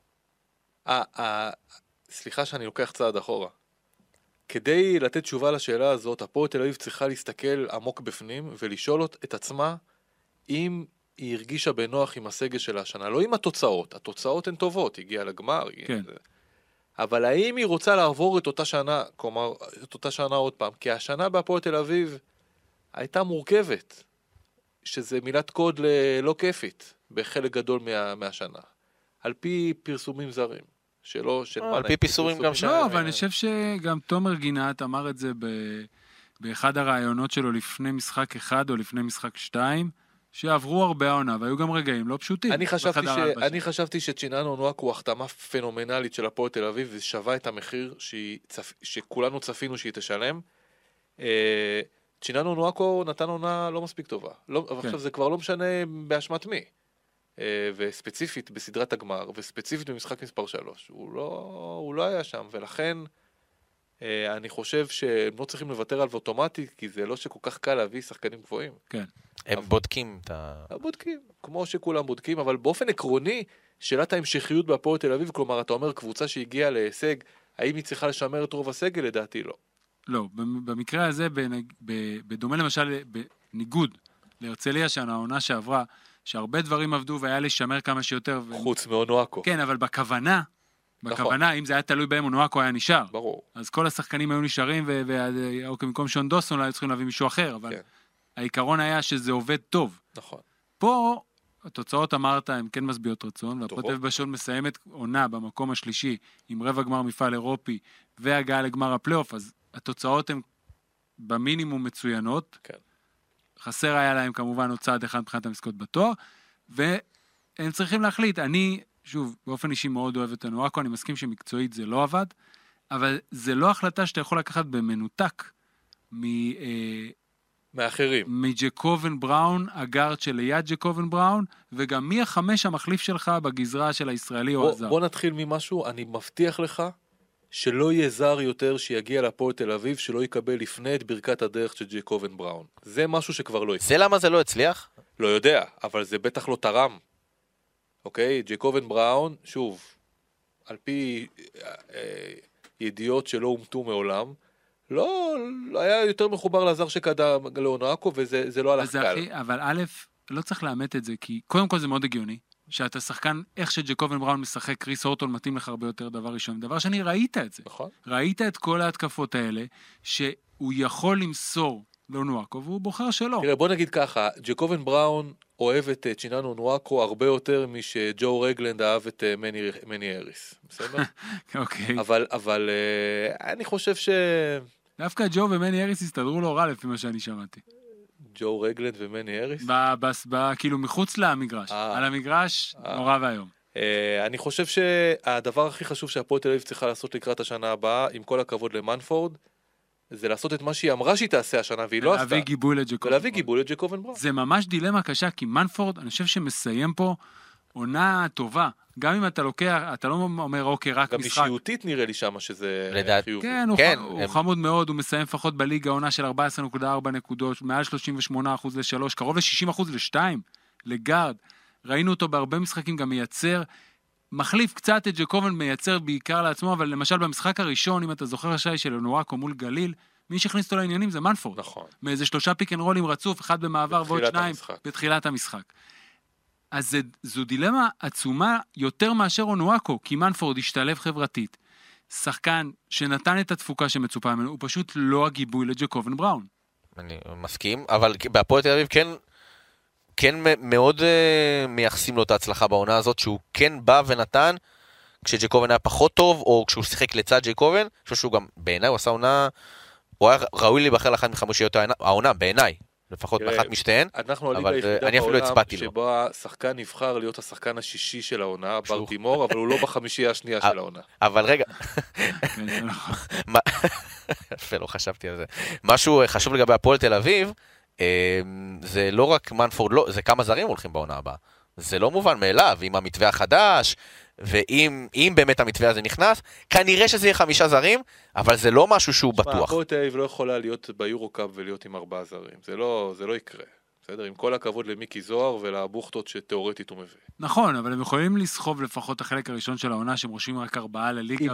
סליחה שאני לוקח צעד אחורה. כדי לתת תשובה לשאלה הזאת, הפועל תל אביב צריכה להסתכל עמוק בפנים ולשאול את עצמה אם היא הרגישה בנוח עם הסגל שלה השנה. לא עם התוצאות, התוצאות הן טובות, הגיעה לגמר. כן. אבל האם היא רוצה לעבור את אותה שנה, כלומר, את אותה שנה עוד פעם? כי השנה בהפועל תל אביב הייתה מורכבת, שזה מילת קוד לא כיפית, בחלק גדול מהשנה. על פי פרסומים זרים. על פי פיסורים גם לא, אבל אני חושב שגם תומר גינת אמר את זה באחד הרעיונות שלו לפני משחק אחד או לפני משחק 2, שעברו הרבה העונה, והיו גם רגעים לא פשוטים. אני חשבתי שצ'יננו נואקו הוא החתמה פנומנלית של הפועל תל אביב, ושווה את המחיר שכולנו צפינו שהיא תשלם. צ'יננו נואקו נתן עונה לא מספיק טובה. אבל עכשיו זה כבר לא משנה באשמת מי. וספציפית בסדרת הגמר, וספציפית במשחק מספר 3. הוא לא היה שם, ולכן אני חושב שהם לא צריכים לוותר עליו אוטומטית, כי זה לא שכל כך קל להביא שחקנים גבוהים. כן. הם בודקים את בודקים, כמו שכולם בודקים, אבל באופן עקרוני, שאלת ההמשכיות בהפועל תל אביב, כלומר, אתה אומר קבוצה שהגיעה להישג, האם היא צריכה לשמר את רוב הסגל? לדעתי לא. לא, במקרה הזה, בדומה למשל, בניגוד להרצליה שנה, העונה שעברה, שהרבה דברים עבדו והיה לשמר כמה שיותר. חוץ מאונואקו. כן, אבל בכוונה, אם זה היה תלוי בהם, אונואקו היה נשאר. ברור. אז כל השחקנים היו נשארים, ובמקום שון דוסון לא היו צריכים להביא מישהו אחר, אבל העיקרון היה שזה עובד טוב. נכון. פה, התוצאות אמרת, הן כן משביעות רצון, והפועל תל אביב בשון מסיימת עונה במקום השלישי, עם רבע גמר מפעל אירופי, והגעה לגמר הפלייאוף, אז התוצאות הן במינימום מצוינות. כן. חסר היה להם כמובן עוד צעד אחד מבחינת המשחקות בתואר, והם צריכים להחליט. אני, שוב, באופן אישי מאוד אוהב את אונואקו, אני מסכים שמקצועית זה לא עבד, אבל זה לא החלטה שאתה יכול לקחת במנותק מאחרים. מג'קובן בראון, הגארד שליד ג'קובן בראון, וגם מי החמש המחליף שלך בגזרה של הישראלי או הזר. בוא נתחיל ממשהו, אני מבטיח לך שלא יהיה זר יותר שיגיע לפועל תל אביב, שלא יקבל לפני את ברכת הדרך של ג'קובן בראון. זה משהו שכבר לא יקרה. זה למה זה לא הצליח? לא יודע, אבל זה בטח לא תרם. אוקיי? ג'קובן בראון, שוב, על פי ידיעות שלא אומתו מעולם, לא היה יותר מחובר לזר שקדם לאונואקו, וזה לא הלך קל. אבל א', לא צריך לאמת את זה, כי קודם כל זה מאוד הגיוני, שאתה שחקן, איך שג'קובן בראון משחק, קריס הורטון מתאים לך הרבה יותר, דבר ראשון. דבר שני, ראית את זה. נכון. ראית את כל ההתקפות האלה, שהוא יכול למסור לאונואקו, והוא בוחר שלא. תראה, בוא נגיד ככה, ג'קובן בראון אוהב את צ'ינן אונואקו הרבה יותר משג'ו רגלנד אהב את מני אריס. בסדר? אוקיי. אבל אני חושב דווקא ג'ו ומני אריס הסתדרו לא רע לפי מה שאני שמעתי. ג'ו רגלנד ומני אריס? כאילו מחוץ למגרש. על המגרש, נורא והיום. אני חושב שהדבר הכי חשוב שהפועל תל אביב צריכה לעשות לקראת השנה הבאה, עם כל הכבוד למנפורד, זה לעשות את מה שהיא אמרה שהיא תעשה השנה, והיא לא עשתה. להביא גיבוי לג'קובן. ולהביא גיבוי לג'קובן בראון. זה ממש דילמה קשה, כי מנפורד, אני חושב שמסיים פה עונה טובה. גם אם אתה לוקח, אתה לא אומר, אוקיי, רק גם משחק. גם אישיותית נראה לי שמה שזה חיובי. כן, הוא חמוד מאוד, הוא מסיים לפחות בליגה עונה של 14.4 נקודות, מעל 38% ל-3, קרוב ל-60% ל-2, לגארד. ראינו אותו בהרבה משחקים, גם מייצר, מחליף קצת את ג'קובן, מייצר בעיקר לעצמו, אבל למשל במשחק הראשון, אם אתה זוכר השי של אונואקו מול גליל, מי שהכניס אותו לעניינים זה מנפורד. נכון. מאיזה 3 פיק אנד רולים רצוף, אחד במעבר ועוד 2 בתחילת המשחק. אז זו דילמה עצומה יותר מאשר אונואקו, כי מנפורד השתלב חברתית. שחקן שנתן את התפוקה שמצופה ממנו, הוא פשוט לא הגיבוי לג'קובן בראון. אני מסכים, אבל בהפועל תל אביב כן מאוד מייחסים לו את ההצלחה בעונה הזאת, שהוא כן בא ונתן, כשג'קובן היה פחות טוב, או כשהוא שיחק לצד ג'קובן, אני חושב שהוא גם, בעיניי, הוא עשה עונה, הוא היה ראוי להיבחר לאחת מחמישיות העונה, בעיניי, לפחות באחת משתיהן, אבל אני אפילו הצבעתי לו. שבו השחקן נבחר להיות השחקן השישי של העונה, ברטימור, אבל הוא לא בחמישייה השנייה של העונה. אבל רגע, יפה, לא חשבתי על זה. משהו חשוב לגבי הפועל תל אביב, זה לא רק מנפורד, זה כמה זרים הולכים בעונה הבאה. זה לא מובן מאליו, עם המתווה החדש, ואם באמת המתווה הזה נכנס, כנראה שזה יהיה 5 זרים, אבל זה לא משהו שהוא בטוח. הפועל תל אביב לא יכולה להיות ביורו-קאפ ולהיות עם 4 זרים. זה לא יקרה. בסדר? עם כל הכבוד למיקי זוהר ולבוכטות שתיאורטית הוא מביא. נכון, אבל הם יכולים לסחוב לפחות החלק הראשון של העונה, שהם רושמים רק 4 לליגה,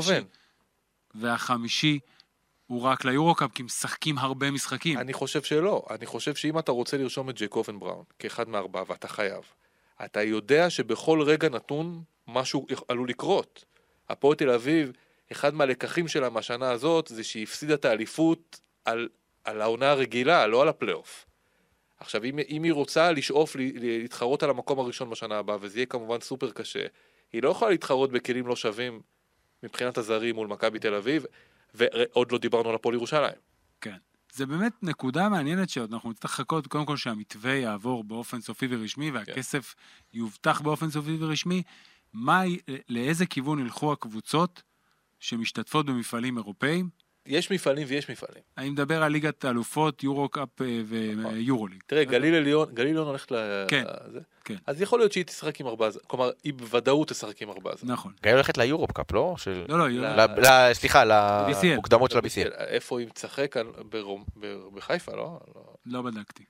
והחמישי הוא רק ליורו-קאפ, כי משחקים הרבה משחקים. אני חושב שלא. אני חושב שאם אתה רוצה לרשום את ג'קובן בראון כאחד מ4, ואתה חייב, אתה יודע שבכל רגע נתון משהו עלול לקרות. הפועל תל אביב, אחד מהלקחים שלה מהשנה הזאת, זה שהיא הפסידה את האליפות על העונה הרגילה, לא על הפלייאוף. עכשיו, אם היא רוצה לשאוף להתחרות על המקום הראשון בשנה הבאה, וזה יהיה כמובן סופר קשה, היא לא יכולה להתחרות בכלים לא שווים מבחינת הזרים מול מכבי תל אביב, ועוד לא דיברנו על הפועל ירושלים. כן. זה באמת נקודה מעניינת שעוד אנחנו נצטרך לחכות, קודם כל שהמתווה יעבור באופן סופי ורשמי, והכסף יובטח באופן סופי ורשמי, לאיזה כיוון ילכו הקבוצות שמשתתפות במפעלים אירופאים? יש מפעלים ויש מפעלים. אני מדבר על ליגת האלופות, יורו-קאפ ויורו-ליג. תראה, גליל עליון הולכת כן. כן. אז יכול להיות שהיא תשחק עם 4 זרים, כלומר, היא בוודאות תשחק עם 4 זרים. נכון. גליל הולכת ליורופ-קאפ, לא? לא, סליחה, למוקדמות של ה-BCL. איפה היא תשחק? בחיפה, לא? לא בדקתי.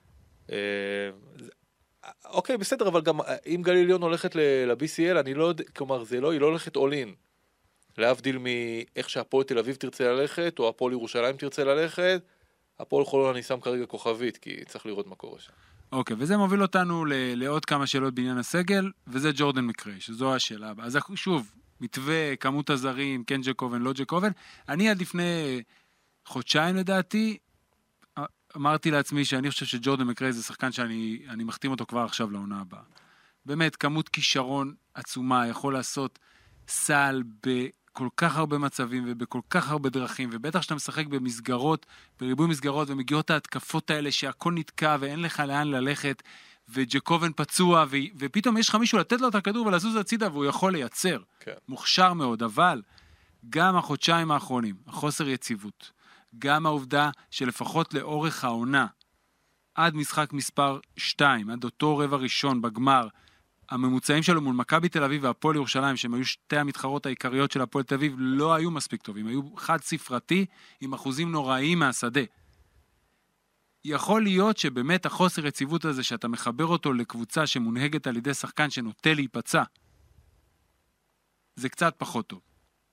אוקיי, בסדר, אבל גם אם גליל עליון הולכת ל-BCL, אני לא יודע, כלומר, היא לא הולכת all-in. להבדיל מאיך שהפועל תל אביב תרצה ללכת, או הפועל ירושלים תרצה ללכת, הפועל חולון אני שם כרגע כוכבית, כי צריך לראות מה קורה שם. אוקיי, וזה מוביל אותנו לעוד כמה שאלות בעניין הסגל, וזה ג'ורדן מקריי, שזו השאלה הבאה. אז שוב, מתווה, כמות הזרים, כן ג'קובן, לא ג'קובן. אני עד לפני חודשיים לדעתי, אמרתי לעצמי שאני חושב שג'ורדן מקריי זה שחקן שאני מחתים אותו כבר עכשיו לעונה הבאה. באמת, כמות כישרון עצומה, יכול לעשות סל בכל כך הרבה מצבים ובכל כך הרבה דרכים, ובטח שאתה משחק במסגרות, בריבוי מסגרות, ומגיעות ההתקפות האלה שהכל נתקע ואין לך לאן ללכת, וג'קובן פצוע, ופתאום יש לך מישהו לתת לו את הכדור ולזוז הצידה, והוא יכול לייצר. כן. מוכשר מאוד, אבל גם החודשיים האחרונים, החוסר יציבות, גם העובדה שלפחות לאורך העונה, עד משחק מספר 2, עד אותו רבע ראשון בגמר, הממוצעים שלו מול מכבי תל אביב והפועל ירושלים, שהם היו שתי המתחרות העיקריות של הפועל תל אביב, לא היו מספיק טובים, היו חד ספרתי עם אחוזים נוראיים מהשדה. יכול להיות שבאמת החוסר יציבות הזה, שאתה מחבר אותו לקבוצה שמונהגת על ידי שחקן שנוטה להיפצע, זה קצת פחות טוב.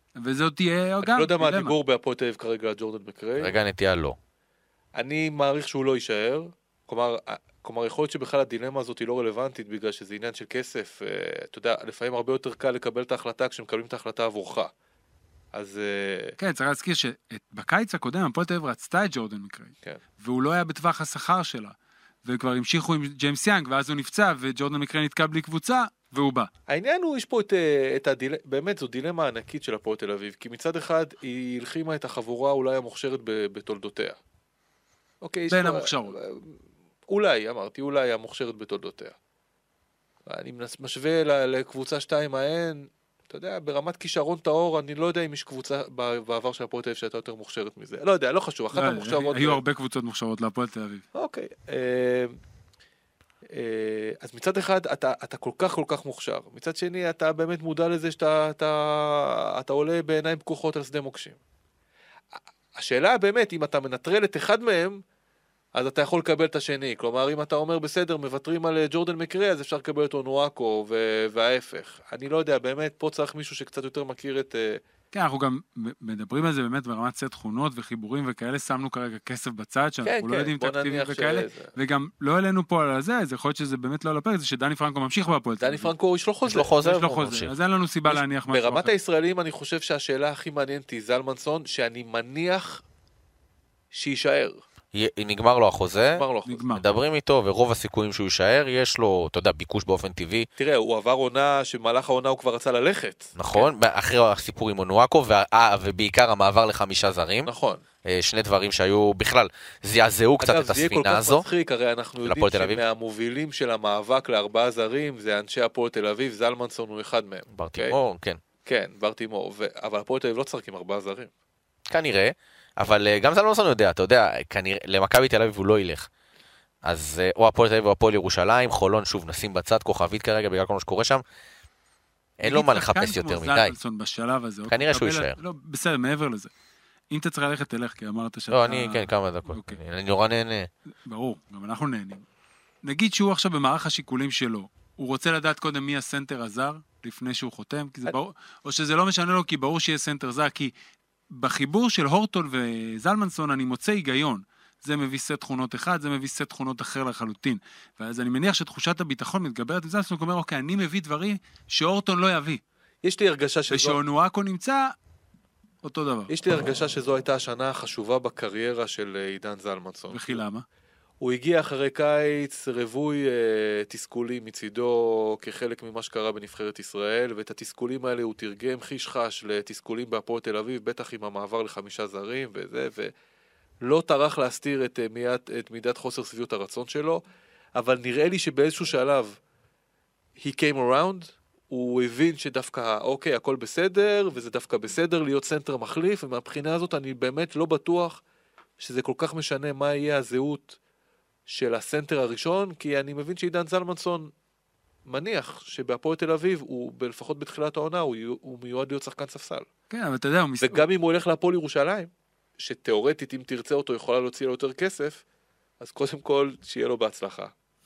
וזאת תהיה גם... אני לא יודע מה הדיבור בהפועל תל אביב כרגע על ג'ורדן מקריי. רגע נטייה לא. אני מעריך שהוא לא יישאר. כלומר, יכול להיות שבכלל הדילמה הזאת היא לא רלוונטית, בגלל שזה עניין של כסף. אתה יודע, לפעמים הרבה יותר קל לקבל את ההחלטה כשמקבלים את ההחלטה עבורך. אז... כן, צריך להזכיר שבקיץ הקודם הפועל תל אביב רצתה את ג'ורדן מקריי. כן. והוא לא היה בטווח השכר שלה. וכבר המשיכו עם ג'יימס יאנג, ואז הוא נפצע, וג'ורדן מקריי נתקע בלי קבוצה, והוא בא. העניין הוא, יש פה את באמת, זו דילמה ענקית של הפועל תל אביב, כי מצד אחד היא הלחימה את החבורה אולי המוכשרת בתולדותיה. אוקיי, בין המוכשרות. אולי המוכשרת בתולדותיה. אני משווה לקבוצה 2 ההן, אתה יודע, ברמת כישרון טהור, אני לא יודע אם יש קבוצה בעבר של הפועל תל אביב שהייתה יותר מוכשרת מזה. לא יודע, לא חשוב, אחת המוכשרות... היו הרבה קבוצות מוכשרות להפועל תל אביב. אוקיי. אז מצד אחד אתה כל כך מוכשר, מצד שני אתה באמת מודע לזה שאתה עולה בעיניים פקוחות על שדה מוקשים. השאלה באמת, אם אתה מנטרל את אחד מהם, אז אתה יכול לקבל את השני. כלומר, אם אתה אומר בסדר, מוותרים על ג'ורדן מקריי, אז אפשר לקבל את אונואקו וההפך. אני לא יודע, באמת, פה צריך מישהו שקצת יותר מכיר את... כן, אנחנו גם מדברים על זה באמת ברמת סט תכונות וחיבורים וכאלה, שמנו כרגע כסף בצד, שאנחנו לא יודעים תקציבים וכאלה, וגם לא העלינו פה על זה, אז יכול להיות שזה באמת לא על הפרק, זה שדני פרנקו ממשיך בהפועל. דני פרנקו יש לו חוזה. אז אין לנו סיבה להניח משהו אחר. ברמת הישראלים אני חושב שהשאלה הכי מעניינת היא זלמנסון, שאני מניח שיישאר. נגמר לו החוזה, נגמר. מדברים איתו, ורוב הסיכויים שהוא יישאר, יש לו, אתה יודע, ביקוש באופן טבעי. תראה, הוא עבר עונה, שמהלך העונה הוא כבר רצה ללכת. נכון, אחרי הסיפור עם אונואקו, ובעיקר המעבר ל5 זרים. נכון. שני דברים שהיו בכלל, זעזעו קצת את הספינה הזו. זה יהיה כל כך מצחיק, הרי אנחנו יודעים שמהמובילים של המאבק ל4 זרים, זה אנשי הפועל תל אביב, זלמנסון הוא אחד מהם. ברטימור, כן. כן, ברטימור, אבל הפועל תל אביב לא צחק עם 4 זרים. כנראה. אבל גם זלמנסון יודע, אתה יודע, למכבי תל אביב הוא לא ילך. אז או הפועל תל אביב או הפועל ירושלים, חולון שוב נשים בצד, כוכבית כרגע בגלל כל מה שקורה שם. אין לו מה לחפש יותר מדי. בשלב הזה. כנראה שהוא יישאר. לא, בסדר, מעבר לזה. אם אתה צריך ללכת, תלך, כי אמרת שאתה... לא, אני, כן, כמה דקות. אני נורא נהנה. ברור, גם אנחנו נהנים. נגיד שהוא עכשיו במערך השיקולים שלו, הוא רוצה לדעת קודם מי הסנטר הזר, לפני שהוא חותם, או שזה לא משנה לו, כי ברור שיהיה סנטר זר, כי בחיבור של הורטון וזלמנסון אני מוצא היגיון. זה מביא סט תכונות אחד, זה מביא סט תכונות אחר לחלוטין. ואז אני מניח שתחושת הביטחון מתגברת וזלמנסון אומר, אוקיי, אני מביא דברים שהורטון לא יביא. יש לי הרגשה שזו... ושאונואקו נמצא, אותו דבר. יש לי הרגשה שזו הייתה השנה החשובה בקריירה של עידן זלמנסון. וכי למה? הוא הגיע אחרי קיץ רווי תסכולים מצידו כחלק ממה שקרה בנבחרת ישראל, ואת התסכולים האלה הוא תרגם חיש-חש לתסכולים בהפועל תל אביב, בטח עם המעבר ל5 זרים וזה, ולא טרח להסתיר את מידת חוסר שביעות הרצון שלו, אבל נראה לי שבאיזשהו שלב he came around, הוא הבין שדווקא, אוקיי, הכל בסדר, וזה דווקא בסדר להיות סנטר מחליף, ומהבחינה הזאת אני באמת לא בטוח שזה כל כך משנה מה יהיה הזהות של הסנטר הראשון, כי אני מבין שעידן זלמנסון מניח שבהפועל תל אביב, הוא לפחות בתחילת העונה, הוא מיועד להיות שחקן ספסל. כן, אבל אתה יודע, וגם אם הוא הולך להפועל ירושלים, שתיאורטית אם תרצה אותו יכולה להוציא לו יותר כסף, אז קודם כל שיהיה לו בהצלחה.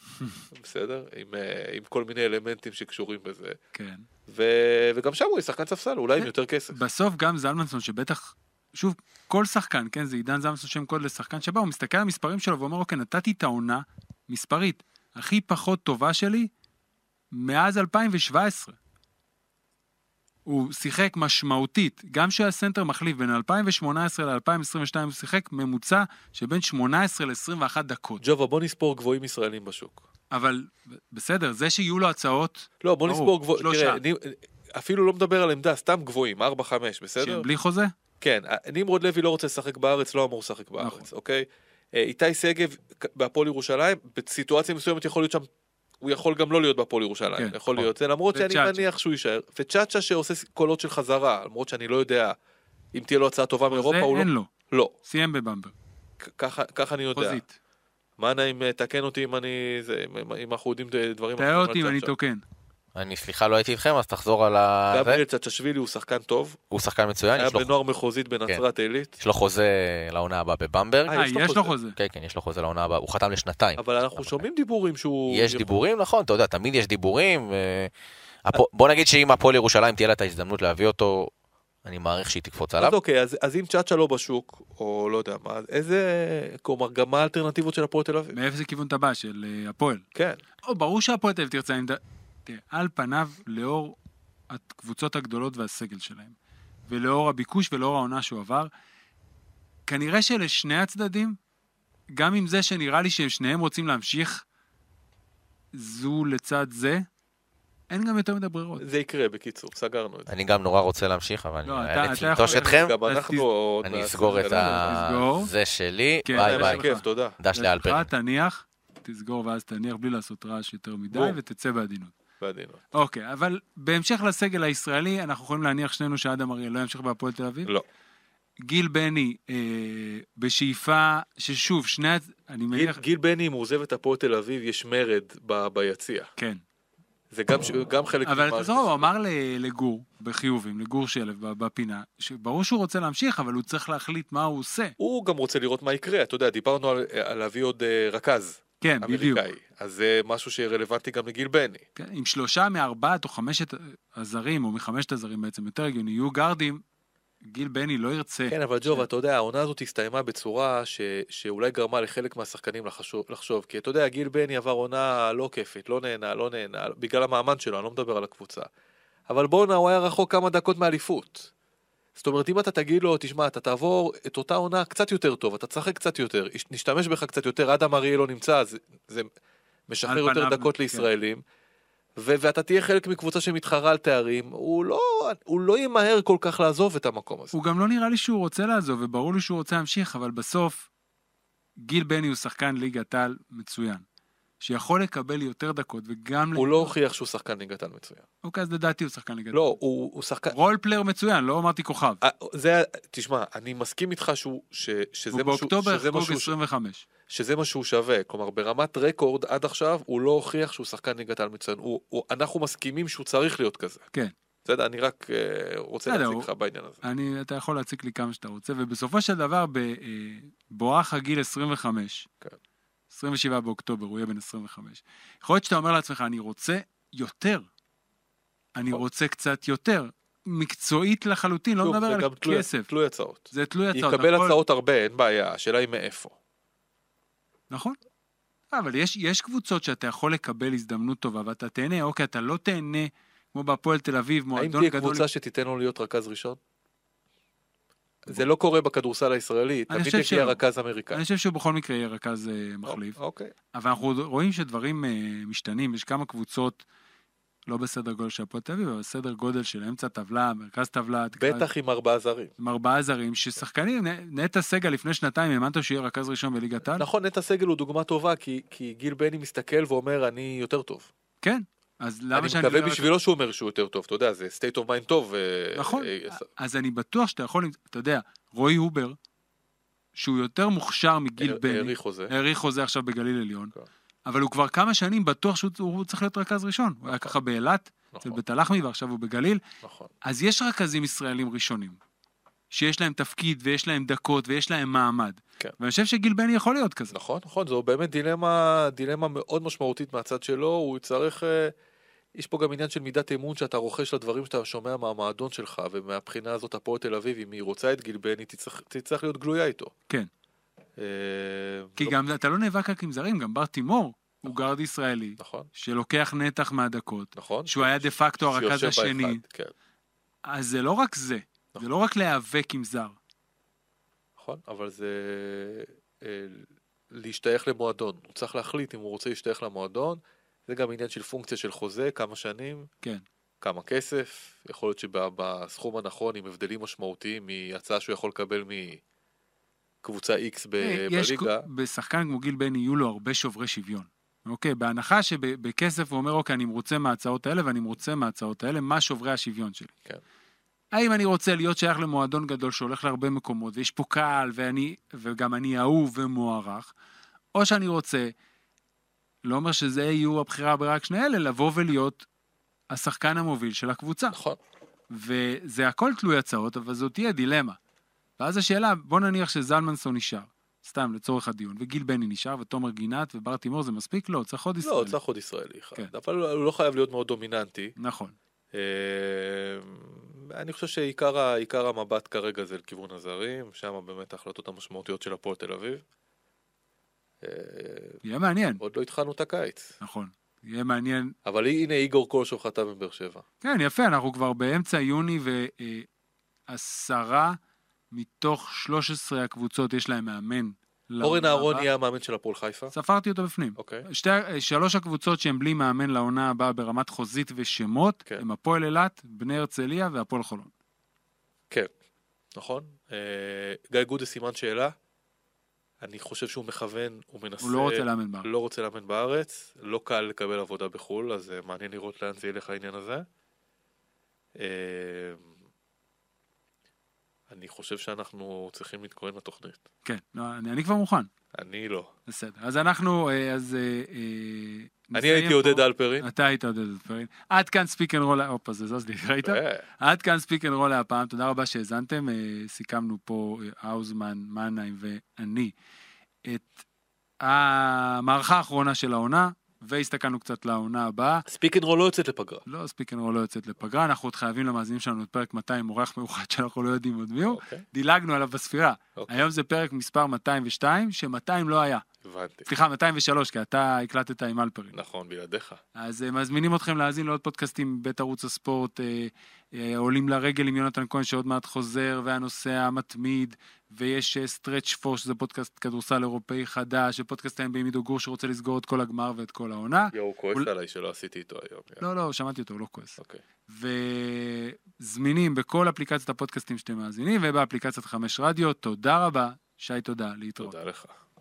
בסדר? עם כל מיני אלמנטים שקשורים בזה. כן. וגם שם הוא יהיה שחקן ספסל, אולי עם יותר כסף. בסוף גם זלמנסון שבטח, שוב, כל שחקן, כן, זה עידן זלמנסון שם קוד לשחקן שבא, הוא מסתכל על המספרים שלו ואומר, אוקיי, נתתי את העונה מספרית הכי פחות טובה שלי מאז 2017. הוא שיחק משמעותית, גם שהוא היה סנטר מחליף בין 2018 ל-2022, הוא שיחק ממוצע שבין 18 ל-21 דקות. ג'ובה, בוא נספור גבוהים ישראלים בשוק. אבל בסדר, זה שיהיו לו הצעות... לא, בוא נספור גבוהים, תראה, אפילו לא מדבר על עמדה, סתם גבוהים, 4-5, בסדר? שהם בלי חוזה? כן, נמרוד לוי לא רוצה לשחק בארץ, לא אמור לשחק בארץ, אוקיי? איתי סגב בהפועל ירושלים, בסיטואציה מסוימת יכול להיות שם, הוא יכול גם לא להיות בהפועל ירושלים, יכול להיות זה, למרות שאני מניח שהוא יישאר. וצ'אצ'ה שעושה קולות של חזרה, למרות שאני לא יודע אם תהיה לו הצעה טובה מאירופה, הוא לא. אין לו. לא. סיים בבמבר. ככה אני יודע. חוזית. מה נעים, תקן אותי אם אנחנו יודעים דברים... תאר אותי אם אני תוקן. אני סליחה לא הייתי איתכם, אז תחזור על ה... גבריאל צ'צ'שווילי הוא שחקן טוב. הוא שחקן מצוין. היה בנוער מחוזית בנצרת עילית. יש לו חוזה לעונה הבאה בבמברג. יש לו חוזה. כן, כן, יש לו חוזה לעונה הבאה. הוא חתם לשנתיים. אבל אנחנו שומעים דיבורים שהוא... יש דיבורים, נכון, אתה יודע, תמיד יש דיבורים. בוא נגיד שאם הפועל ירושלים תהיה לה את ההזדמנות להביא אותו, אני מעריך שהיא תקפוץ אז עליו. אוקיי, אז אם צ'אצ'ה לא בשוק, או לא יודע מה, כלומר, גם מה האלטרנטיבות של הפועל תל אביב? מאיפה כיוון טבע של הפועל? כן. ברור שהפועל תל אביב תרצה, תראה, על פניו, לאור הקבוצות הגדולות והסגל שלהם, ולאור הביקוש ולאור העונה שהוא עבר, כנראה שלשני הצדדים, גם עם זה שנראה לי שהם שניהם רוצים להמשיך זו לצד זה, אין גם יותר מדי ברירות. זה יקרה, בקיצור, סגרנו את זה. אני גם נורא רוצה להמשיך, אבל לא, אני אתה צלטוש יכול- אתכם, גם אנחנו... אני אסגור את תסגור. זה שלי, כן, ביי זה ביי. כיף, תודה. דש לי על פרק. תניח, תסגור ואז תניח בלי לעשות רעש יותר מדי, בוא. ותצא בעדינות. בעדינות. אוקיי, אבל בהמשך לסגל הישראלי, אנחנו יכולים להניח שנינו שאדם אריאל לא ימשיך בהפועל תל אביב? לא. גיל בני, בשאיפה, ששוב, אני מניח... גיל בני, אם הוא עוזב את הפועל תל אביב, יש מרד ביציע. כן. זה גם חלק... אבל אתה זוכר, הוא אמר לגור, בחיובים, לגור שלב בפינה, שברור שהוא רוצה להמשיך, אבל הוא צריך להחליט מה הוא עושה. הוא גם רוצה לראות מה יקרה. אתה יודע, דיברנו על להביא עוד רכז. כן, בדיוק. אמריקאי. אז זה משהו שרלוונטי גם לגיל בני. כן, עם 3 מ4 או 5 הזרים, או מ5 הזרים בעצם יותר הגיוני, יהיו גארדים, גיל בני לא ירצה. כן, אבל ג'וב, אתה יודע, העונה הזאת הסתיימה בצורה שאולי גרמה לחלק מהשחקנים לחשוב, כי אתה יודע, גיל בני עבר עונה לא כיפית, לא נהנה, בגלל המאמן שלו, אני לא מדבר על הקבוצה. אבל בואנה, הוא היה רחוק כמה דקות מאליפות. זאת אומרת, אם אתה תגיד לו, תשמע, אתה תעבור את אותה עונה קצת יותר טוב, אתה תשחק קצת יותר, נשתמש בך קצת יותר, אדם אריאל לא נמצא, זה משחרר יותר דקות לישראלים, ואתה תהיה חלק מקבוצה שמתחרה על תארים, הוא לא ימהר כל כך לעזוב את המקום הזה. הוא גם לא נראה לי שהוא רוצה לעזוב, וברור לי שהוא רוצה להמשיך, אבל בסוף, גיל בני הוא שחקן ליגת העל מצוין, שיכול לקבל יותר דקות, וגם... הוא לא הוכיח שהוא שחקן ליגת העל מצוין. אוקיי, אז לדעתי הוא שחקן ליגת העל. לא, הוא שחקן... רול פלייר מצוין, לא אמרתי כוכב. תשמע, אני מסכים איתך שזה הוא באוקטובר חגוג 25. שזה מה שהוא שווה, כלומר ברמת רקורד עד עכשיו הוא לא הוכיח שהוא שחקן ליגת העל מצוין, אנחנו מסכימים שהוא צריך להיות כזה. כן. בסדר, אני רק רוצה להציג לך בעניין הזה. אתה יכול להציג לי כמה שאתה רוצה, ובסופו של דבר בואך הגיל 25, כן. 27 באוקטובר, הוא יהיה בן 25. יכול להיות שאתה אומר לעצמך, אני רוצה יותר. אני רוצה קצת יותר. מקצועית לחלוטין, לא מדבר על כסף. תלוי הצעות. זה תלוי הצעות. יקבל הצעות הרבה, אין בעיה, השאלה היא מאיפה. נכון. אבל יש קבוצות שאתה יכול לקבל הזדמנות טובה, ואתה תהנה, אוקיי, אתה לא תהנה, כמו בהפועל תל אביב, מועדון גדול. האם תהיה קבוצה שתיתן לו להיות רכז ראשון? זה לא קורה בכדורסל הישראלי, תמיד יהיה רכז אמריקאי. אני חושב שהוא בכל מקרה יהיה רכז מחליף. אוקיי. אבל אנחנו רואים שדברים משתנים, יש כמה קבוצות, לא בסדר גודל של הפועל תל אביב, אבל בסדר גודל של אמצע טבלה, מרכז טבלה. בטח עם 4 זרים. עם 4 זרים, ששחקנים, נטע סגל לפני שנתיים, האמנת שיהיה רכז ראשון בליגת העל? נכון, נטע סגל הוא דוגמה טובה, כי גיל בני מסתכל ואומר, אני יותר טוב. כן. אז למה אני מקווה בשבילו שהוא אומר שהוא יותר טוב, אתה יודע, זה state of mind טוב. נכון, אז אני בטוח שאתה יכול, אתה יודע, רוי הובר, שהוא יותר מוכשר מגיל בני, העריך חוזה עכשיו בגליל עליון, אבל הוא כבר כמה שנים בטוח שהוא צריך להיות רכז ראשון, הוא היה ככה באילת, אצל בית הלחמי, ועכשיו הוא בגליל, אז יש רכזים ישראלים ראשונים, שיש להם תפקיד ויש להם דקות ויש להם מעמד, ואני חושב שגיל בני יכול להיות כזה. נכון, זו באמת דילמה מאוד משמעותית מהצד שלו, הוא צריך, יש פה גם עניין של מידת אמון שאתה רוכש לדברים שאתה שומע מהמועדון שלך, ומהבחינה הזאת הפועל תל אביב, אם היא רוצה את גיל בני, תצטרך להיות גלויה איתו. כן. כי גם אתה לא נאבק רק עם זרים, גם בר תימור הוא גארד ישראלי, שלוקח נתח מהדקות, שהוא היה דה פקטו הרכז השני, אז זה לא רק זה, זה לא רק להיאבק עם זר. נכון, אבל זה להשתייך למועדון, הוא צריך להחליט אם הוא רוצה להשתייך למועדון, זה גם עניין של פונקציה של חוזה, כמה שנים, כמה כסף, יכול להיות שבסכום הנכון עם הבדלים משמעותיים מהצעה שהוא יכול לקבל קבוצה X בליגה. בשחקן כמו גיל בני יהיו לו הרבה שוברי שוויון. אוקיי, בהנחה שבכסף הוא אומר, אוקיי, אני מרוצה מההצעות האלה, ואני מרוצה מההצעות האלה, מה שוברי השוויון שלי? כן. האם אני רוצה להיות שייך למועדון גדול שהולך להרבה מקומות, ויש פה קהל, וגם אני אהוב ומוערך, או שאני רוצה, לא אומר שזה יהיו הבחירה ברק שני אלה, לבוא ולהיות השחקן המוביל של הקבוצה. נכון. וזה הכל תלוי הצעות, אבל זאת תהיה דילמה. ואז השאלה, בוא נניח שזלמנסון נשאר, סתם לצורך הדיון, וגיל בני נשאר, ותומר גינת ובר תימור, זה מספיק? לא, צריך עוד ישראלי. לא, צריך עוד ישראלי אחד. כן. אבל הוא לא חייב להיות מאוד דומיננטי. נכון. אני חושב שעיקר המבט כרגע זה לכיוון הזרים, שם באמת ההחלטות המשמעותיות של הפועל תל אביב. יהיה מעניין. עוד לא התחלנו את הקיץ. נכון, יהיה מעניין. אבל הנה איגור קולשוב חתם בבאר שבע. כן, יפה, אנחנו כבר באמצע יוני, ו10 מתוך 13 הקבוצות יש להם מאמן. אורן אהרון יהיה המאמן של הפועל חיפה? ספרתי אותו בפנים. אוקיי. 3 הקבוצות שהן בלי מאמן לעונה הבאה ברמת חוזית ושמות, כן. הם הפועל אילת, בני הרצליה והפועל חולון. כן, נכון. גיא גודס סימן שאלה. אני חושב שהוא מכוון, הוא מנסה... הוא לא רוצה לאמן בארץ. לא רוצה לאמן בארץ, לא קל לקבל עבודה בחול, אז מעניין לראות לאן זה ילך העניין הזה. אני חושב שאנחנו צריכים להתכונן לתוכנית. כן, אני כבר מוכן. אני לא. בסדר, אז אנחנו... אני הייתי עודד אלפרין. אתה היית עודד אלפרין. עד כאן ספיק אנד רול... אופה, זה זז לי, ראית? עד כאן ספיק אנד רול הפעם. תודה רבה שהזנתם. סיכמנו פה האוזמן, מנהיים ואני את המערכה האחרונה של העונה, והסתכלנו קצת לעונה הבאה. ספיק אנד רול לא יוצאת לפגרה. לא, ספיק אנד רול לא יוצאת לפגרה. אנחנו עוד חייבים למאזינים שלנו את פרק 200, אורח מיוחד שאנחנו לא יודעים עוד מיהו. דילגנו עליו בספירה. היום זה פרק מספר 202, ש200 לא היה. הבנתי. סליחה, 203, כי אתה הקלטת עם אלפרין. נכון, בלעדיך. אז מזמינים אתכם להאזין לעוד פודקאסטים בית ערוץ הספורט, עולים לרגל עם יונתן כהן שעוד מעט חוזר, והנושא המתמיד, ויש סטרץ' פור, שזה פודקאסט כדורסל אירופאי חדש, ופודקאסט NBA עם עידו גור שרוצה לסגור את כל הגמר ואת כל העונה. הוא כועס עליי שלא עשיתי איתו היום. לא, שמעתי אותו, הוא לא כועס. אוקיי. וזמינים בכל אפליקציות הפודקאסטים שאתם מאזינים, ובאפליקציית 5 רדיו. תודה רבה, שי, תודה, להתראות. תודה לך.